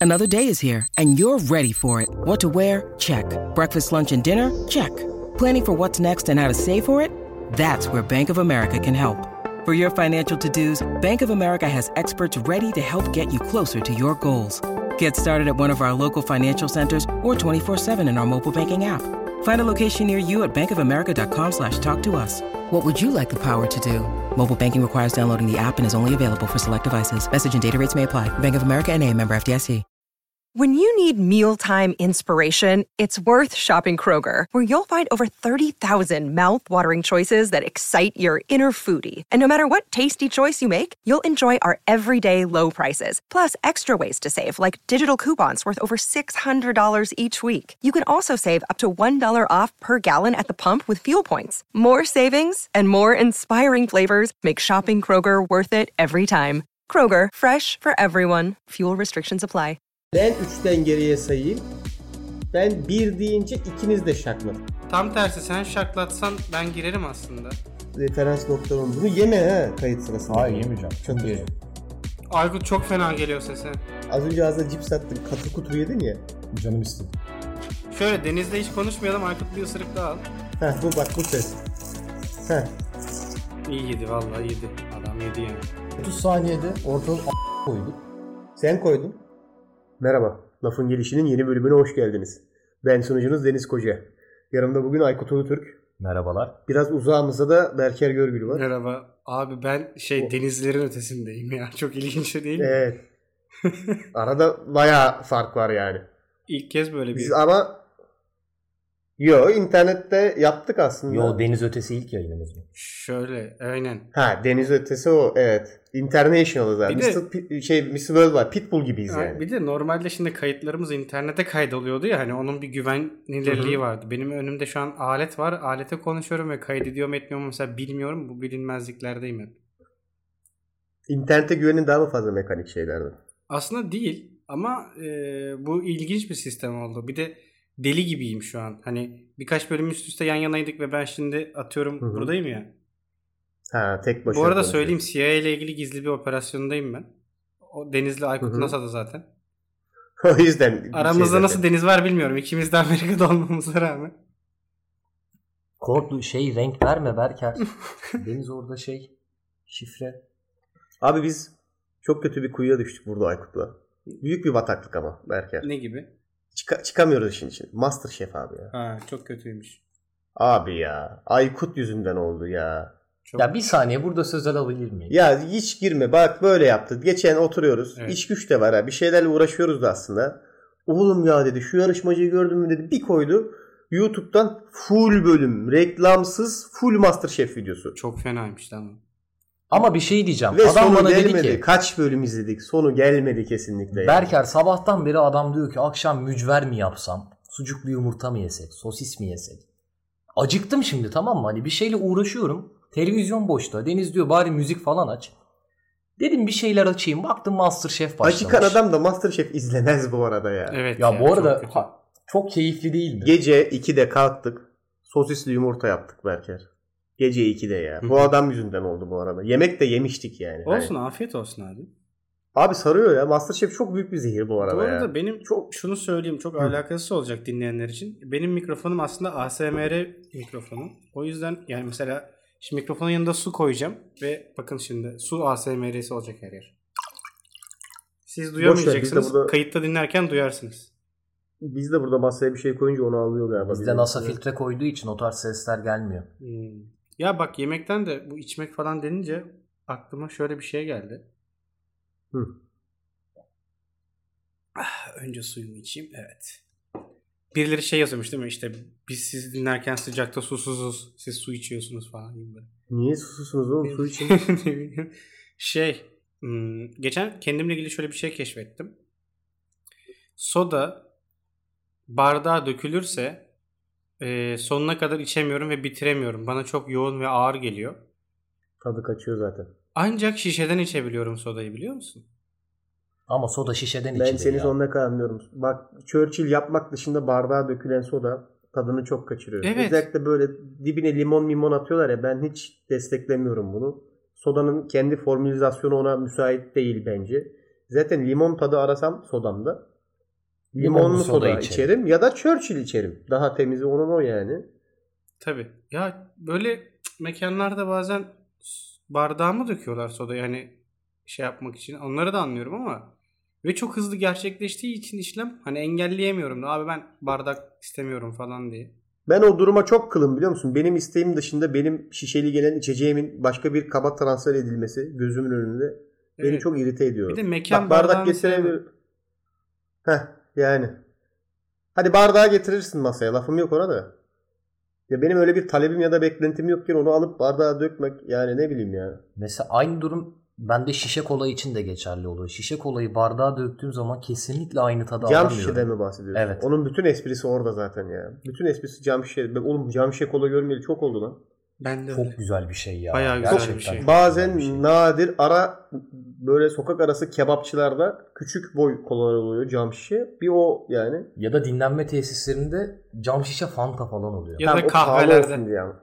Another day is here, and you're ready for it. What to wear? Check. Breakfast, lunch, and dinner? Check. Planning for what's next and how to save for it? That's where Bank of America can help. For your financial to-dos, Bank of America has experts ready to help get you closer to your goals. Get started at one of our local financial centers or 24/7 in our mobile banking app. Find a location near you at bankofamerica.com/talktous. What would you like the power to do? Mobile banking requires downloading the app and is only available for select devices. Message and data rates may apply. Bank of America N.A., member FDIC. When you need mealtime inspiration, it's worth shopping Kroger, where you'll find over 30,000 mouth-watering choices that excite your inner foodie. And no matter what tasty choice you make, you'll enjoy our everyday low prices, plus extra ways to save, like digital coupons worth over $600 each week. You can also save up to $1 off per gallon at the pump with fuel points. More savings and more inspiring flavors make shopping Kroger worth it every time. Kroger, fresh for everyone. Fuel restrictions apply. Ben 3'ten geriye sayayım. Ben 1 deyince ikiniz de şaklatın. Tam tersi, sen şaklatsan ben girerim aslında. Referans noktalarım. Bunu yeme ha kayıt sırasında. Hayır yemeyeceğim. Çok iyi. Aykut çok fena geliyor sesi. Az önce ağzına cips attım. Katı kutu yedin ya. Canım istedi. Şöyle Deniz'le hiç konuşmayalım, Aykut bir ısırık daha al. Heh bu bak bu ses. Heh. İyi yedi, vallahi yedi. Adam yedi yani. 30 saniyede ortalığı koyduk. Sen koydun. Merhaba. Lafın Gelişi'nin yeni bölümüne hoş geldiniz. Ben sunucunuz Deniz Koca. Yanımda bugün Aykut Ulutürk. Merhabalar. Biraz uzağımızda da Berker Görgülü var. Merhaba. Abi ben denizlerin ötesindeyim ya. Çok ilginç değil mi? Evet. Arada bayağı fark var yani. İlk kez böyle bir... Biz ama... Yo internette yaptık aslında. Yo deniz ötesi ilk yayınımız mı? Şöyle aynen. Ha deniz ötesi o evet. International zaten. Mr. Worldwide Pitbull gibiyiz yani. Bir de normalde şimdi kayıtlarımız internete kaydoluyordu ya, hani onun bir güvenilirliği vardı. Benim önümde şu an alet var. Alete konuşuyorum ve kaydediyor mu etmiyor mu mesela bilmiyorum. Bu bilinmezliklerdeyim hep. İnternete güvenin daha mı fazla mekanik şeylerden? Aslında değil ama bu ilginç bir sistem oldu. Bir de deli gibiyim şu an. Hani birkaç bölüm üst üste yan yanaydık ve ben şimdi atıyorum buradayım ya. Ha tek başına. Bu arada söyleyeyim, CIA ile ilgili gizli bir operasyondayım ben. O Deniz'le Aykut NASA'da zaten. O yüzden. Aramızda nasıl Deniz var bilmiyorum. İkimiz de Amerika'da olmamıza rağmen. Kod renk verme Berker. Deniz orada şifre. Abi biz çok kötü bir kuyuya düştük burada Aykut'la. Büyük bir bataklık ama Berker. Ne gibi? Çıkamıyoruz işin için. Masterchef abi ya. Ha çok kötüymüş. Abi ya. Aykut yüzünden oldu ya. Ya bir saniye burada söz alabilir miyim? Ya hiç girme. Bak böyle yaptı. Geçen oturuyoruz. Evet. İş güç de var ha. Bir şeylerle uğraşıyoruz da aslında. Oğlum ya dedi. Şu yarışmacıyı gördün mü dedi. Bir koydu. YouTube'dan full bölüm. Reklamsız full Masterchef videosu. Çok fenaymış tamam. Ama bir şey diyeceğim. Ve adam sonu bana gelmedi. dedi ki. Kaç bölüm izledik. Sonu gelmedi kesinlikle. Berker yani. Sabahtan beri adam diyor ki akşam mücver mi yapsam? Sucuklu yumurta mı yesek? Sosis mi yesek? Acıktım şimdi, tamam mı? Hani bir şeyle uğraşıyorum. Televizyon boşta. Deniz diyor bari müzik falan aç. Dedim bir şeyler açayım. Baktım Masterchef başlamış. Acıkan adam da Masterchef izlemez bu arada ya. Evet. Ya bu arada çok, çok keyifli değil mi? Gece 2'de kalktık. Sosisli yumurta yaptık Berker. Gece 2'de ya. Bu adam yüzünden oldu bu arada. Yemek de yemiştik yani. Olsun afiyet olsun abi. Abi sarıyor ya. Masterchef çok büyük bir zehir bu arada ya. Bu arada benim şunu söyleyeyim, çok alakasız olacak dinleyenler için. Benim mikrofonum aslında ASMR mikrofonu. O yüzden yani mesela şimdi mikrofonun yanında su koyacağım ve bakın şimdi su ASMR'si olacak her yer. Siz duyamayacaksınız. Burada... Kayıtta dinlerken duyarsınız. Biz de burada masaya bir şey koyunca onu alıyor galiba. Bizde NASA filtre koyduğu için o tarz sesler gelmiyor. Ya bak yemekten de bu içmek falan denince aklıma şöyle bir şey geldi. Önce suyumu içeyim. Evet. Birileri yazıyormuş değil mi? İşte biz sizi dinlerken sıcakta susuzuz. Siz su içiyorsunuz falan gibi. Niye susuzsunuz oğlum? Su için. Geçen kendimle ilgili şöyle bir şey keşfettim. Soda bardağa dökülürse sonuna kadar içemiyorum ve bitiremiyorum. Bana çok yoğun ve ağır geliyor. Tadı kaçıyor zaten. Ancak şişeden içebiliyorum sodayı, biliyor musun? Ama soda şişeden içilir. Ben seni sonuna kadar anlıyorum. Bak Churchill yapmak dışında bardağa dökülen soda tadını çok kaçırıyor. Evet. Özellikle böyle dibine limon atıyorlar ya, ben hiç desteklemiyorum bunu. Sodanın kendi formülizasyonu ona müsait değil bence. Zaten limon tadı arasam sodamda limonlu soda içerim ya da Churchill içerim. Daha temizi onun o yani. Tabii. Ya böyle mekanlarda bazen bardağa mı döküyorlar soda yani şey yapmak için. Onları da anlıyorum ama ve çok hızlı gerçekleştiği için işlem hani engelleyemiyorum da abi ben bardak istemiyorum falan diye. Ben o duruma çok kılım biliyor musun? Benim isteğim dışında benim şişeli gelen içeceğimin başka bir kaba transfer edilmesi gözümün önünde beni çok irite ediyor. Bir de mekan bardak getirebilir. Yani. Hadi bardağı getirirsin masaya. Lafım yok ona da. Ya benim öyle bir talebim ya da beklentim yokken onu alıp bardağa dökmek yani ne bileyim ya. Mesela aynı durum bende şişe kola için de geçerli oluyor. Şişe kolayı bardağa döktüğüm zaman kesinlikle aynı tadı alamıyorum. Cam şişeden mi bahsediyorsun? Evet. Onun bütün esprisi orada zaten ya. Bütün esprisi cam şişe. Oğlum cam şişe kola görmeyeli çok oldu lan. Ben de çok öyle. güzel bir şey ya. Bayağı güzel gerçekten bir şey. Bazen nadir ara böyle sokak arası kebapçılarda küçük boy kolalar oluyor cam şişe. Bir o yani. Ya da dinlenme tesislerinde cam şişe Fanta falan oluyor. Ya da kahvelerde. Yani.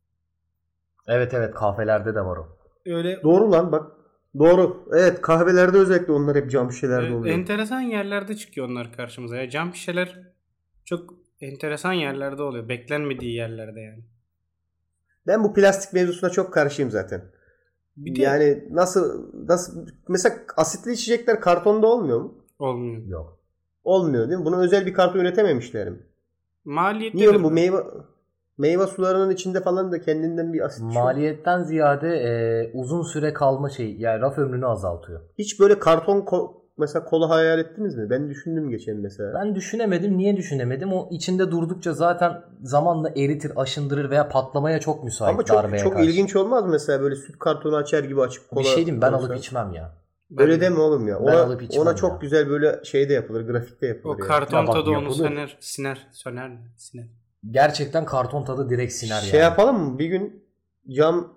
Evet kahvelerde de var o. Öyle doğru lan bak. Doğru. Evet kahvelerde özellikle onlar hep cam şişelerde oluyor. Enteresan yerlerde çıkıyor onlar karşımıza. Ya cam şişeler çok enteresan yerlerde oluyor. Beklenmediği yerlerde yani. Ben bu plastik mevzusuna çok karşıyım zaten. Bir de yani nasıl mesela asitli içecekler kartonda olmuyor mu? olmuyor. Yok. Olmuyor değil mi? Bunu özel bir karton üretememişler mi? Maliyetli. Niye oğlum bu meyve sularının içinde falan da kendinden bir asit. Maliyetten ziyade uzun süre kalma şeyi yani raf ömrünü azaltıyor. Hiç böyle karton mesela kola hayal ettiniz mi? Ben düşündüm geçen mesela. Ben düşünemedim. Niye düşünemedim? O içinde durdukça zaten zamanla eritir, aşındırır veya patlamaya çok müsait. Ama çok ilginç olmaz mı mesela böyle süt kartonu açar gibi açıp kola. Bir şey diyeyim ben alıp içmem ya. Öyle deme oğlum ya. Ona çok ya. güzel böyle şeyde yapılır, grafikte yapılır. O karton tadı onu yapılır. söner. Gerçekten karton tadı direkt siner yani. Şey yapalım mı? Bir gün cam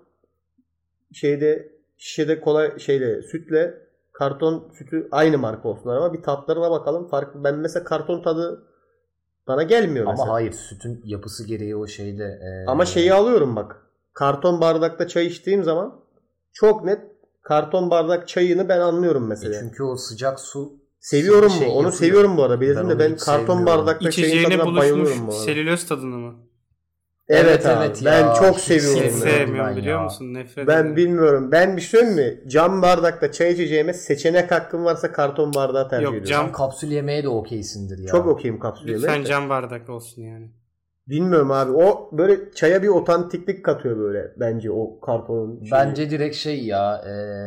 şişede kola sütle karton sütü aynı marka olsunlar ama bir tatlarına bakalım. Ben mesela karton tadı bana gelmiyor mesela. Ama hayır sütün yapısı gereği o şeyde. Ama şeyi alıyorum bak. Karton bardakta çay içtiğim zaman çok net karton bardak çayını ben anlıyorum mesela. Çünkü o sıcak su seviyorum mu? Onu seviyorum bu arada. Belirtin de ben karton bardakta çayın tadına bayılıyorum bu arada. Selüloz tadını mı? Evet abi. Ben çok seviyorum. Hiç sevmiyorum biliyor musun? Nefret ben ederim. Bilmiyorum. Ben bir şey söyleyeyim mi? Cam bardakta çay içeceğime seçenek hakkım varsa karton bardağı tercih ediyorum. Cam kapsül yemeye de okeysindir ya. Çok okeyim kapsül yemeye. Lütfen cam bardak olsun yani. Bilmiyorum abi. O böyle çaya bir otantiklik katıyor böyle bence o kartonun. Bence direkt şey ya.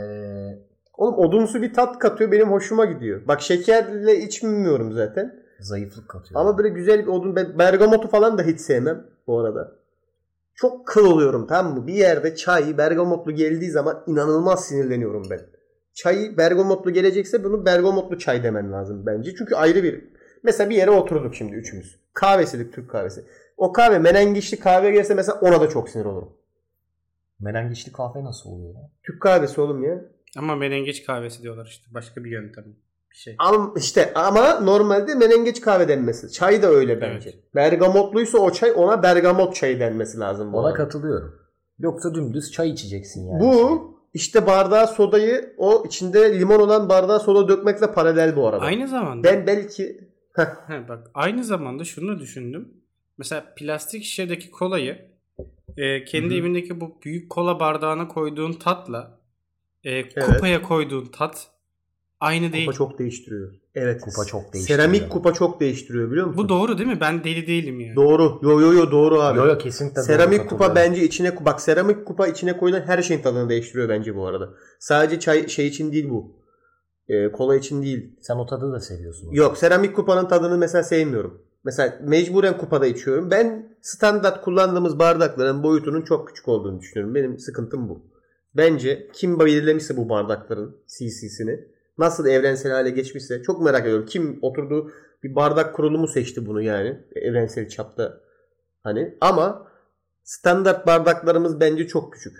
Oğlum odunsu bir tat katıyor. Benim hoşuma gidiyor. Bak şekerle içmiyorum zaten. Zayıflık katıyor. Ama böyle güzel bir odun. Ben bergamotu falan da hiç sevmem bu arada. Çok kıl oluyorum tamam mı? Bir yerde çay bergamotlu geldiği zaman inanılmaz sinirleniyorum ben. Çay bergamotlu gelecekse bunu bergamotlu çay demen lazım bence. Çünkü ayrı bir... Mesela bir yere oturduk şimdi üçümüz. Kahvesilik Türk kahvesi. O kahve menengiçli kahve gelse mesela ona da çok sinir olurum. Menengiçli kahve nasıl oluyor? Türk kahvesi oğlum ya. Ama menengeç kahvesi diyorlar işte. Başka bir yöntem. Bir şey. Ama normalde menengeç kahve denmesi. Çay da öyle bence. Evet. Bergamotluysa o çay ona bergamot çayı denmesi lazım. Ona katılıyorum. Yoksa dümdüz çay içeceksin yani. Bu işte bardağa sodayı o içinde limon olan bardağa soda dökmekle paralel bu arada. Aynı zamanda. Ben belki... Bak aynı zamanda şunu düşündüm. Mesela plastik şişedeki kolayı kendi evindeki bu büyük kola bardağına koyduğun tatla kupaya koyduğun tat aynı değil. Kupa çok değiştiriyor. Evet. Kupa çok değiştiriyor. Seramik kupa çok değiştiriyor biliyor musun? Bu doğru değil mi? Ben deli değilim yani. Doğru. Yo doğru abi. Yo kesinlikle seramik doğru. Kupa bence içine... Bak seramik kupa içine koyulan her şeyin tadını değiştiriyor bence bu arada. Sadece çay için değil bu. Kola için değil. Sen o tadı da seviyorsun. Yok seramik kupanın tadını mesela sevmiyorum. Mesela mecburen kupada içiyorum. Ben standart kullandığımız bardakların boyutunun çok küçük olduğunu düşünüyorum. Benim sıkıntım bu. Bence kim belirlemişse bu bardakların CC'sini nasıl evrensel hale geçmişse çok merak ediyorum. Kim oturduğu bir bardak kurulumu seçti bunu yani evrensel çapta. Hani ama standart bardaklarımız bence çok küçük.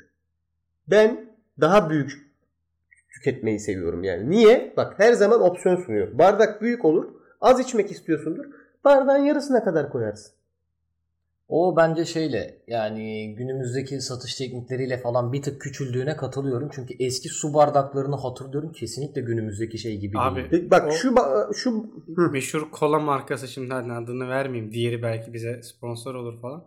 Ben daha büyük tüketmeyi seviyorum yani. Niye? Bak her zaman opsiyon sunuyor. Bardak büyük olur. Az içmek istiyorsundur. Bardağın yarısına kadar koyarsın. O bence şeyle yani günümüzdeki satış teknikleriyle falan bir tık küçüldüğüne katılıyorum. Çünkü eski su bardaklarını hatırlıyorum, kesinlikle günümüzdeki şey gibi Abi, değil. Bak o şu meşhur kola markası, şimdi adını vermeyeyim. Diğeri belki bize sponsor olur falan.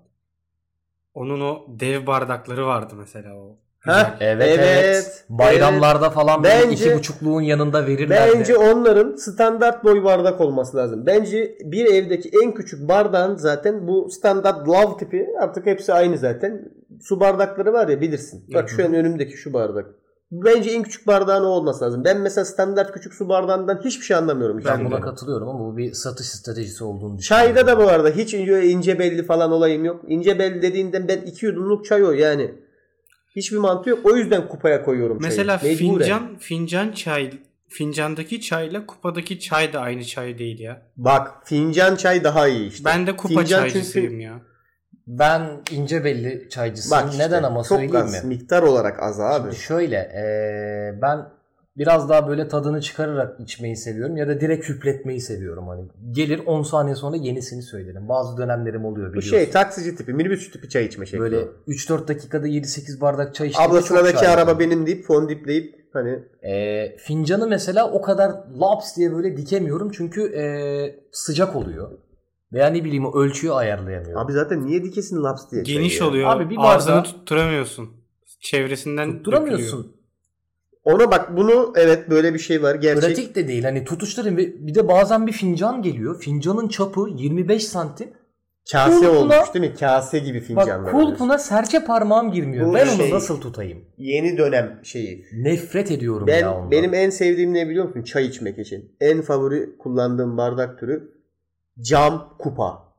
Onun o dev bardakları vardı mesela o. Ha, Güzel. Evet. Bayramlarda falan böyle Bence- 2,5'luğun yanında verirlerdi. Bence onların standart boy bardak olması lazım. Bence bir evdeki en küçük bardağın zaten bu standart love tipi, artık hepsi aynı zaten. Su bardakları var ya, bilirsin. Bak şu an önümdeki şu bardak. Bence en küçük bardağın o olması lazım. Ben mesela standart küçük su bardağından hiçbir şey anlamıyorum. Ben hiçbir buna şey. katılıyorum ama bu bir satış stratejisi olduğunu düşünüyorum. Çayda da bu arada hiç ince belli falan olayım yok. İnce belli dediğinden ben 2 yudumluk çay o yani. Hiçbir mantığı yok. O yüzden kupaya koyuyorum çayı. Mesela Mecburen. fincan çay, fincandaki çayla kupadaki çay da aynı çay değil ya. Bak, fincan çay daha iyi işte. Ben de kupa Fincan çaycısıyım çünkü- ya. Ben ince belli çaycısıyım. Bak işte, Neden ama çok söyleyeyim az, mi? miktar olarak az abi. Şimdi şöyle ben biraz daha böyle tadını çıkararak içmeyi seviyorum ya da direkt hüpletmeyi seviyorum. Hani gelir 10 saniye sonra yenisini söylerim. Bazı dönemlerim oluyor Bu biliyorsun. şey taksici tipi, minibüs tipi çay içme şekli. Böyle o. 3-4 dakikada 7-8 bardak çay içtiğimde Abla çok sıradaki şahit araba oldum. benim deyip fondipleyip hani Fincanı mesela o kadar laps diye böyle dikemiyorum çünkü sıcak oluyor. Veya ne bileyim o ölçüyü ayarlayamıyorum. abi zaten niye dikesin laps diye çayı Geniş ya? oluyor. Abi bir Ağzını bardağı- tutturamıyorsun. Çevresinden dökülüyor. Tutturamıyorsun. Ona bak, bunu evet, böyle bir şey var gerçek. Pratik de değil. Hani tutuşturayım. Bir de bazen bir fincan geliyor. Fincanın çapı 25 santim. Kase Kulpuna- olmuş değil mi? Kase gibi Bak fincanlar. kulpuna serçe parmağım girmiyor. Bu Ben şey- onu nasıl tutayım? Yeni dönem şeyi. Nefret ediyorum ya ondan. Benim en sevdiğim ne biliyor musun? Çay içmek için. En favori kullandığım bardak türü cam kupa.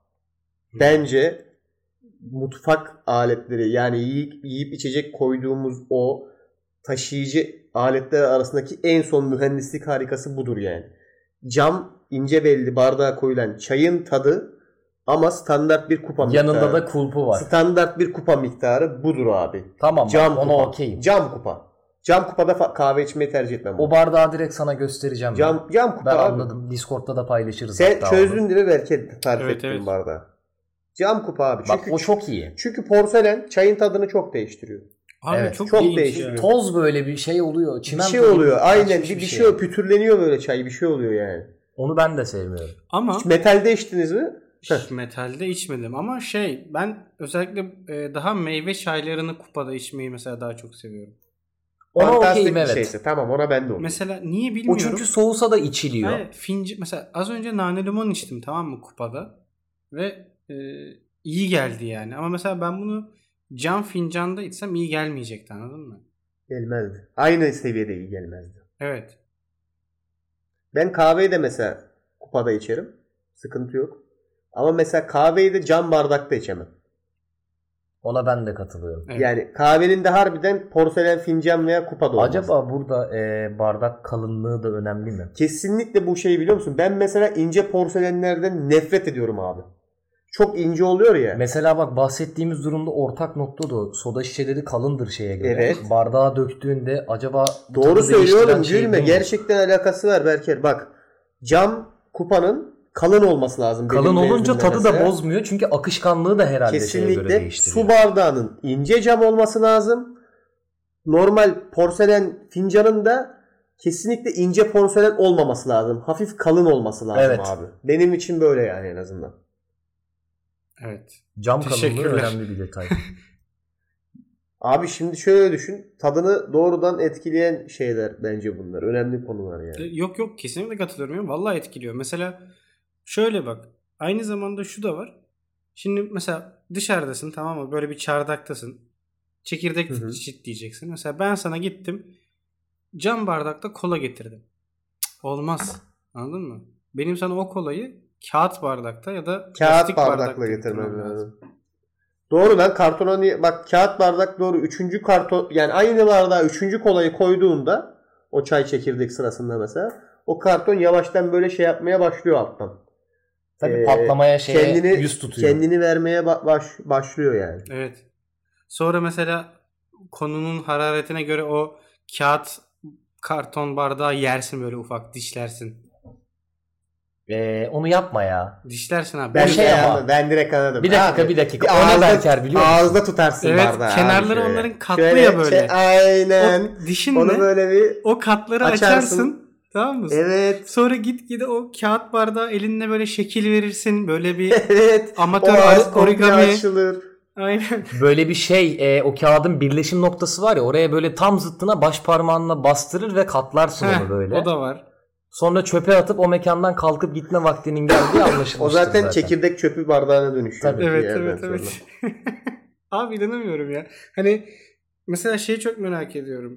Bence mutfak aletleri, yani yiyip içecek koyduğumuz o taşıyıcı aletler arasındaki en son mühendislik harikası budur yani. Cam ince belli bardağa koyulan çayın tadı ama standart bir kupa miktarı. Yanında da kulpu var. Standart bir kupa miktarı budur abi. Tamam Cam bak, ona kupa. okeyim. Cam kupa. Cam kupada kahve içmeyi tercih etmem. O bardağı direkt sana göstereceğim. Cam kupa Ben abi. anladım. Discord'da da paylaşırız. Sen hatta çözdün onu. değil mi belki tarif Evet, ettiğin evet. bardağı. Cam kupa abi. Bak Çünkü, o çok iyi. çünkü porselen çayın tadını çok değiştiriyor. Abi Evet, çok çok ilginç değişik. ya. Toz böyle bir şey oluyor. Bir Çimento şey gibi oluyor. Aynen kaçmış bir şey oluyor. Pütürleniyor böyle çay. Bir şey oluyor yani. Onu ben de sevmiyorum. Ama Hiç metalde içtiniz mi? hiç metalde içmedim. Ama ben özellikle daha meyve çaylarını kupada içmeyi mesela daha çok seviyorum. Ona Fantastik okeyim bir evet. şeyse. Tamam, ona ben de olur. Mesela niye O bilmiyorum. çünkü soğusa da içiliyor. Hayır, mesela az önce nane limon içtim, tamam mı, kupada ve iyi geldi yani. Ama mesela ben bunu cam fincanda içsem iyi gelmeyecekti, anladın mı? Gelmezdi. Aynı seviyede iyi gelmezdi. Evet. Ben kahveyi de mesela kupada içerim. Sıkıntı yok. Ama mesela kahveyi de cam bardakta içemem. Ona ben de katılıyorum. Evet. Yani kahvenin de harbiden porselen fincan veya kupada olması. Acaba burada bardak kalınlığı da önemli mi? Kesinlikle bu şeyi biliyor musun? Ben mesela ince porselenlerden nefret ediyorum abi. Çok ince oluyor ya. Mesela bak bahsettiğimiz durumda ortak nokta da o. Soda şişeleri kalındır şeye göre. Evet. Bardağa döktüğünde acaba bu Doğru tadı değiştiren söylüyorum, şey gülme. bu mu? Gerçekten alakası var Berker. Bak, cam kupanın kalın olması lazım. benim Kalın olunca nezdimde tadı da mesela. bozmuyor. Çünkü akışkanlığı da herhalde şeye göre Kesinlikle değiştiriyor. su bardağının ince cam olması lazım. Normal porselen fincanın da kesinlikle ince porselen olmaması lazım. Hafif kalın olması lazım Evet. abi. Benim için böyle yani, en azından. Evet. Cam kalınlığı Teşekkürler. önemli bir detay. Abi şimdi şöyle düşün. Tadını doğrudan etkileyen şeyler bence bunlar. Önemli konular yani. Yok kesinlikle katılıyorum. Ya. Vallahi etkiliyor. Mesela şöyle bak. Aynı zamanda şu da var. Şimdi mesela dışarıdasın, tamam mı? Böyle bir çardaktasın. Çekirdek Hı hı. çitleyeceksin. Mesela ben sana gittim. Cam bardakta kola getirdim. Cık, olmaz. Anladın mı? Benim sana o kolayı kağıt bardakta ya da plastik Kağıt bardakla getirmem lazım. Doğru lan, kartona niye? Bak, kağıt bardak doğru. Üçüncü karton, yani aynı bardağa üçüncü kolayı koyduğunda o çay çekirdek sırasında mesela o karton yavaştan böyle şey yapmaya başlıyor alttan. Tabii patlamaya yüz tutuyor. Kendini vermeye başlıyor yani. Evet. Sonra mesela konunun hararetine göre o kağıt karton bardağı yersin, böyle ufak dişlersin. Onu yapma ya. Dişlersin abi. Ben, şey ama- anladım. Ben direkt anladım. Bir dakika, Abi, bir dakika. bir O ne ağızda- Berker biliyor musun? Ağızda tutarsın Evet, bardağı. kenarları abi şöyle. onların katlı Şöyle ya böyle. aynen. O dişinle Onu böyle bir o katları açarsın. açarsın. Tamam mı? evet. Sonra gitgide o kağıt bardağı elinle böyle şekil verirsin. Böyle bir Evet. amatör O ağız komple origami. açılır. Aynen. Böyle bir şey o kağıdın birleşim noktası var ya, oraya böyle tam zıttına baş parmağınla bastırır ve katlarsın onu böyle. O da var. Sonra çöpe atıp o mekandan kalkıp gitme vaktinin geldiği anlaşılmıştır O zaten çekirdek çöpü bardağına dönüşüyor. Tabii. bir Evet yerden evet sonra. evet. Abi inanamıyorum ya. Hani mesela şeyi çok merak ediyorum.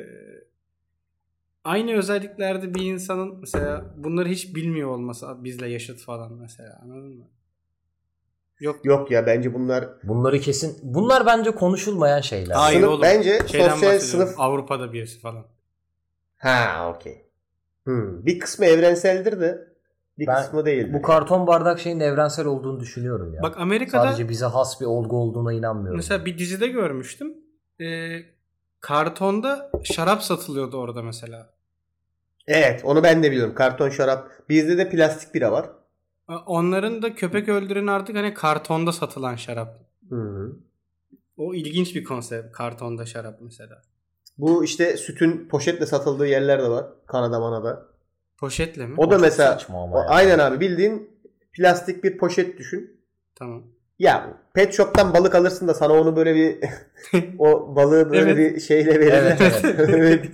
Aynı özelliklerde bir insanın mesela bunları hiç bilmiyor olması bizle yaşıt falan mesela, anladın mı? Yok ya bence bunlar Bunlar bence konuşulmayan şeyler. Hayır Sınıf- oğlum. bence Şeyden sosyal bahsediyorum. sınıf- Avrupa'da birisi falan. ha okey. Bir kısmı evrenseldir de bir Ben kısmı değildir. Bu karton bardak şeyin evrensel olduğunu düşünüyorum ya. Bak Amerika'da Sadece bize has bir olgu olduğuna inanmıyorum. mesela bir dizide görmüştüm. Kartonda şarap satılıyordu orada mesela. Evet, onu ben de biliyorum. Karton şarap. Bizde de plastik bira var. Onların da köpek öldüren artık hani kartonda satılan şarap. Hı. O ilginç bir konsept. Kartonda şarap mesela. Bu işte sütün poşetle satıldığı yerler de var. Kanada manada. Poşetle mi? O da çok mesela saçma ama ya. aynen abi, bildiğin plastik bir poşet düşün. Tamam. Ya pet shop'tan balık alırsın da sana onu böyle bir o balığı böyle Evet. bir şeyle verirler. Evet,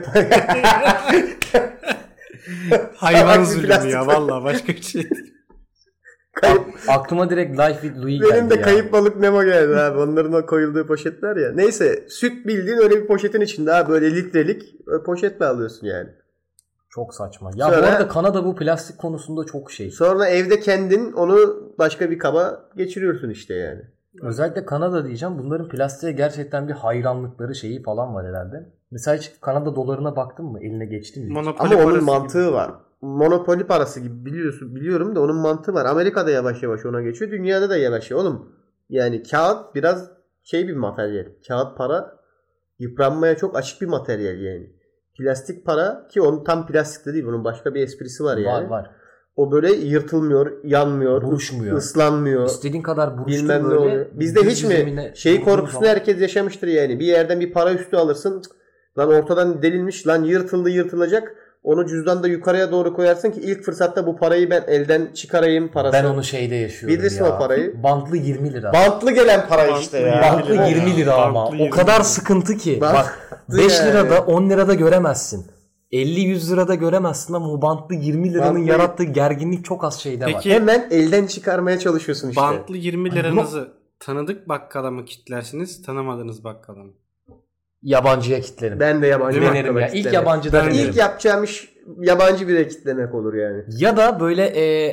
Hayvan Salak bir zulmü plastik ya var. vallahi başka bir şey değil. Kayıp, Aklıma direkt Life with Louis geldi benim de ya. kayıp balık Nemo geldi abi. Onların o koyulduğu poşetler ya. Neyse, süt bildiğin öyle bir poşetin içinde abi, böyle litrelik poşetle alıyorsun yani. Çok saçma. Ya Sonra- bu arada Kanada bu plastik konusunda çok şey. Sonra evde kendin onu başka bir kaba geçiriyorsun işte yani. Özellikle Kanada diyeceğim. Bunların plastiğe gerçekten bir hayranlıkları şeyi falan var herhalde. Mesela hiç Kanada dolarına baktın mı? Eline geçti mi? Monopoly Ama onun parası mantığı gibi. var. Monopoli parası gibi biliyorum da onun mantığı var. Amerika'da yavaş yavaş ona geçiyor. Dünyada da yavaş yavaş. Oğlum yani kağıt biraz bir materyal. Kağıt para yıpranmaya çok açık bir materyal yani. Plastik para, ki onun tam plastik de değil. Bunun başka bir esprisi var yani. Var. O böyle yırtılmıyor, yanmıyor, Buruşmuyor. ıslanmıyor. İstediğin kadar buruştur Bilmem ne böyle. oluyor. Bizde düz hiç bir mi zemine şey vurduğun korkusunu zaman- herkes yaşamıştır yani. Bir yerden bir para üstü alırsın. Cık, lan ortadan delinmiş, lan yırtılacak. Onu cüzdanda yukarıya doğru koyarsın ki ilk fırsatta bu parayı ben elden çıkarayım parası. Ben onu şeyde yaşıyorum Bilirsin ya. o parayı. Bantlı 20 lira. Bantlı gelen para Bantlı işte ya. Bantlı lira. 20 lira ama. Bantlı O 20 kadar lira. sıkıntı ki. Bantlı Bak 5 yani. lirada 10 lirada göremezsin. 50-100 lirada göremezsin ama o bantlı 20 liranın Bantlı- yarattığı gerginlik çok az şeyde var. Peki- Hemen elden çıkarmaya çalışıyorsun işte. Bantlı 20 liranızı tanıdık bakkala mı kitlersiniz, tanımadığınız bakkala mı? Yabancıya kitlerim. Ben de yabancı Denerim bakkala ya. İlk kitlemek. yabancıda Ben denerim. ilk yapacağım iş yabancı bire kitlemek olur yani. Ya da böyle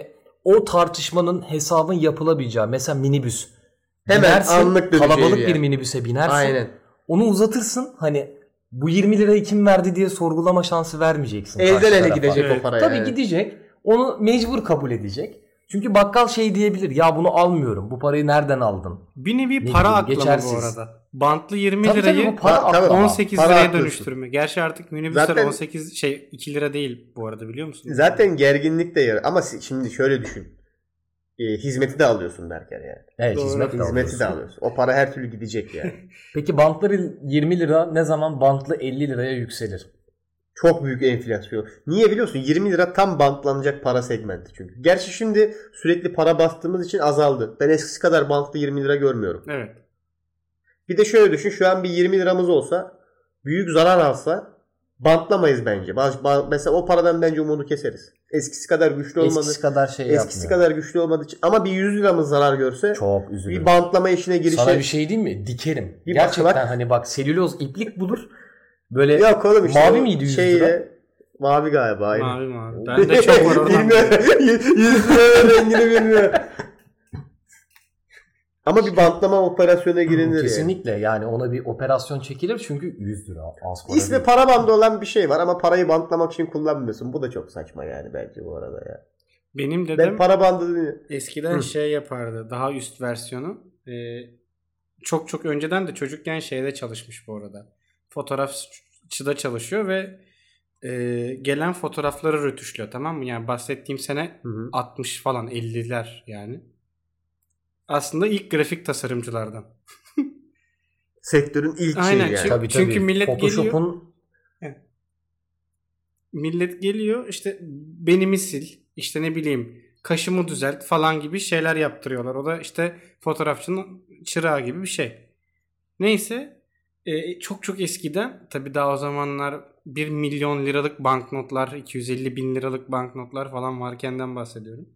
o tartışmanın hesabın yapılabileceği. Mesela minibüs. Hemen Binersin, anlık döneceği kalabalık bir yer. bir minibüse binersin. Aynen. Onu uzatırsın. Hani bu 20 lirayı kim verdi diye sorgulama şansı vermeyeceksin. Elden karşı ele tarafa. gidecek Evet. o para Tabii yani. gidecek. Onu mecbur kabul edecek. Çünkü bakkal şey diyebilir. Ya bunu almıyorum. Bu parayı nereden aldın? Bir nevi Ne para bileyim, aklama geçersiz. bu arada. Bantlı 20 Tabii lirayı bu para Tabii. aklama. 18 Para liraya aklıyorsun. dönüştürme. Gerçi artık minibüsler Zaten- 2 lira değil bu arada, biliyor musun? Zaten gerginlik de yer. Ama şimdi şöyle düşün. Hizmeti de alıyorsun derken yani. Evet, Doğru. hizmet de Hizmeti alıyorsun. de alıyorsun. O para her türlü gidecek yani. Peki bantları 20 lira ne zaman bantlı 50 liraya yükselir? Çok büyük enflasyon. Niye biliyorsun? 20 lira tam bantlanacak para segmenti çünkü. Gerçi şimdi sürekli para bastığımız için azaldı. Ben eskisi kadar bantlı 20 lira görmüyorum. Evet. Bir de şöyle düşün. Şu an bir 20 liramız olsa, büyük zarar alsa bantlamayız bence. Mesela o paradan bence umudu keseriz. Eskisi kadar güçlü olmadı. Eskisi kadar şey Eskisi yapmıyor. kadar güçlü olmadığı için. Ama bir 100 liramız zarar görse Çok üzülürüm. bir bantlama işine girişe... Sana bir şey diyeyim mi? Dikerim. Bir Gerçekten bak- hani bak selüloz iplik bulur. Böyle Yok oğlum işte. mavi o miydi 100 şeyle- lira? Mavi galiba. Aynen. Mavi mavi. Bende çok var oradan. Bilmiyorum. 100 lira rengini bilmiyorum. Ama bir bantlama operasyona girilir yani. Kesinlikle yani ona bir operasyon çekilir çünkü 100 lira az para İsmi değil. para bandı olan bir şey var ama parayı bantlamak için kullanmıyorsun. Bu da çok saçma yani bence bu arada ya. Benim Ben dedem para bandı eskiden şey yapardı. Daha üst versiyonu. Çok çok önceden de çocukken şeyde çalışmış bu arada. Fotoğrafçıda çalışıyor ve gelen fotoğrafları rötuşluyor, tamam mı? Yani bahsettiğim sene 60 falan 50'ler yani. Aslında ilk grafik tasarımcılardan. Sektörün ilk Aynen, şeyi yani. Tabii. Çünkü millet Photoshop'un geliyor. Millet geliyor işte benimi sil, işte ne bileyim kaşımı düzelt falan gibi şeyler yaptırıyorlar. O da işte fotoğrafçının çırağı gibi bir şey. Neyse çok çok eskiden, tabii daha o zamanlar 1 milyon liralık banknotlar, 250 bin liralık banknotlar falan varkenden bahsediyorum.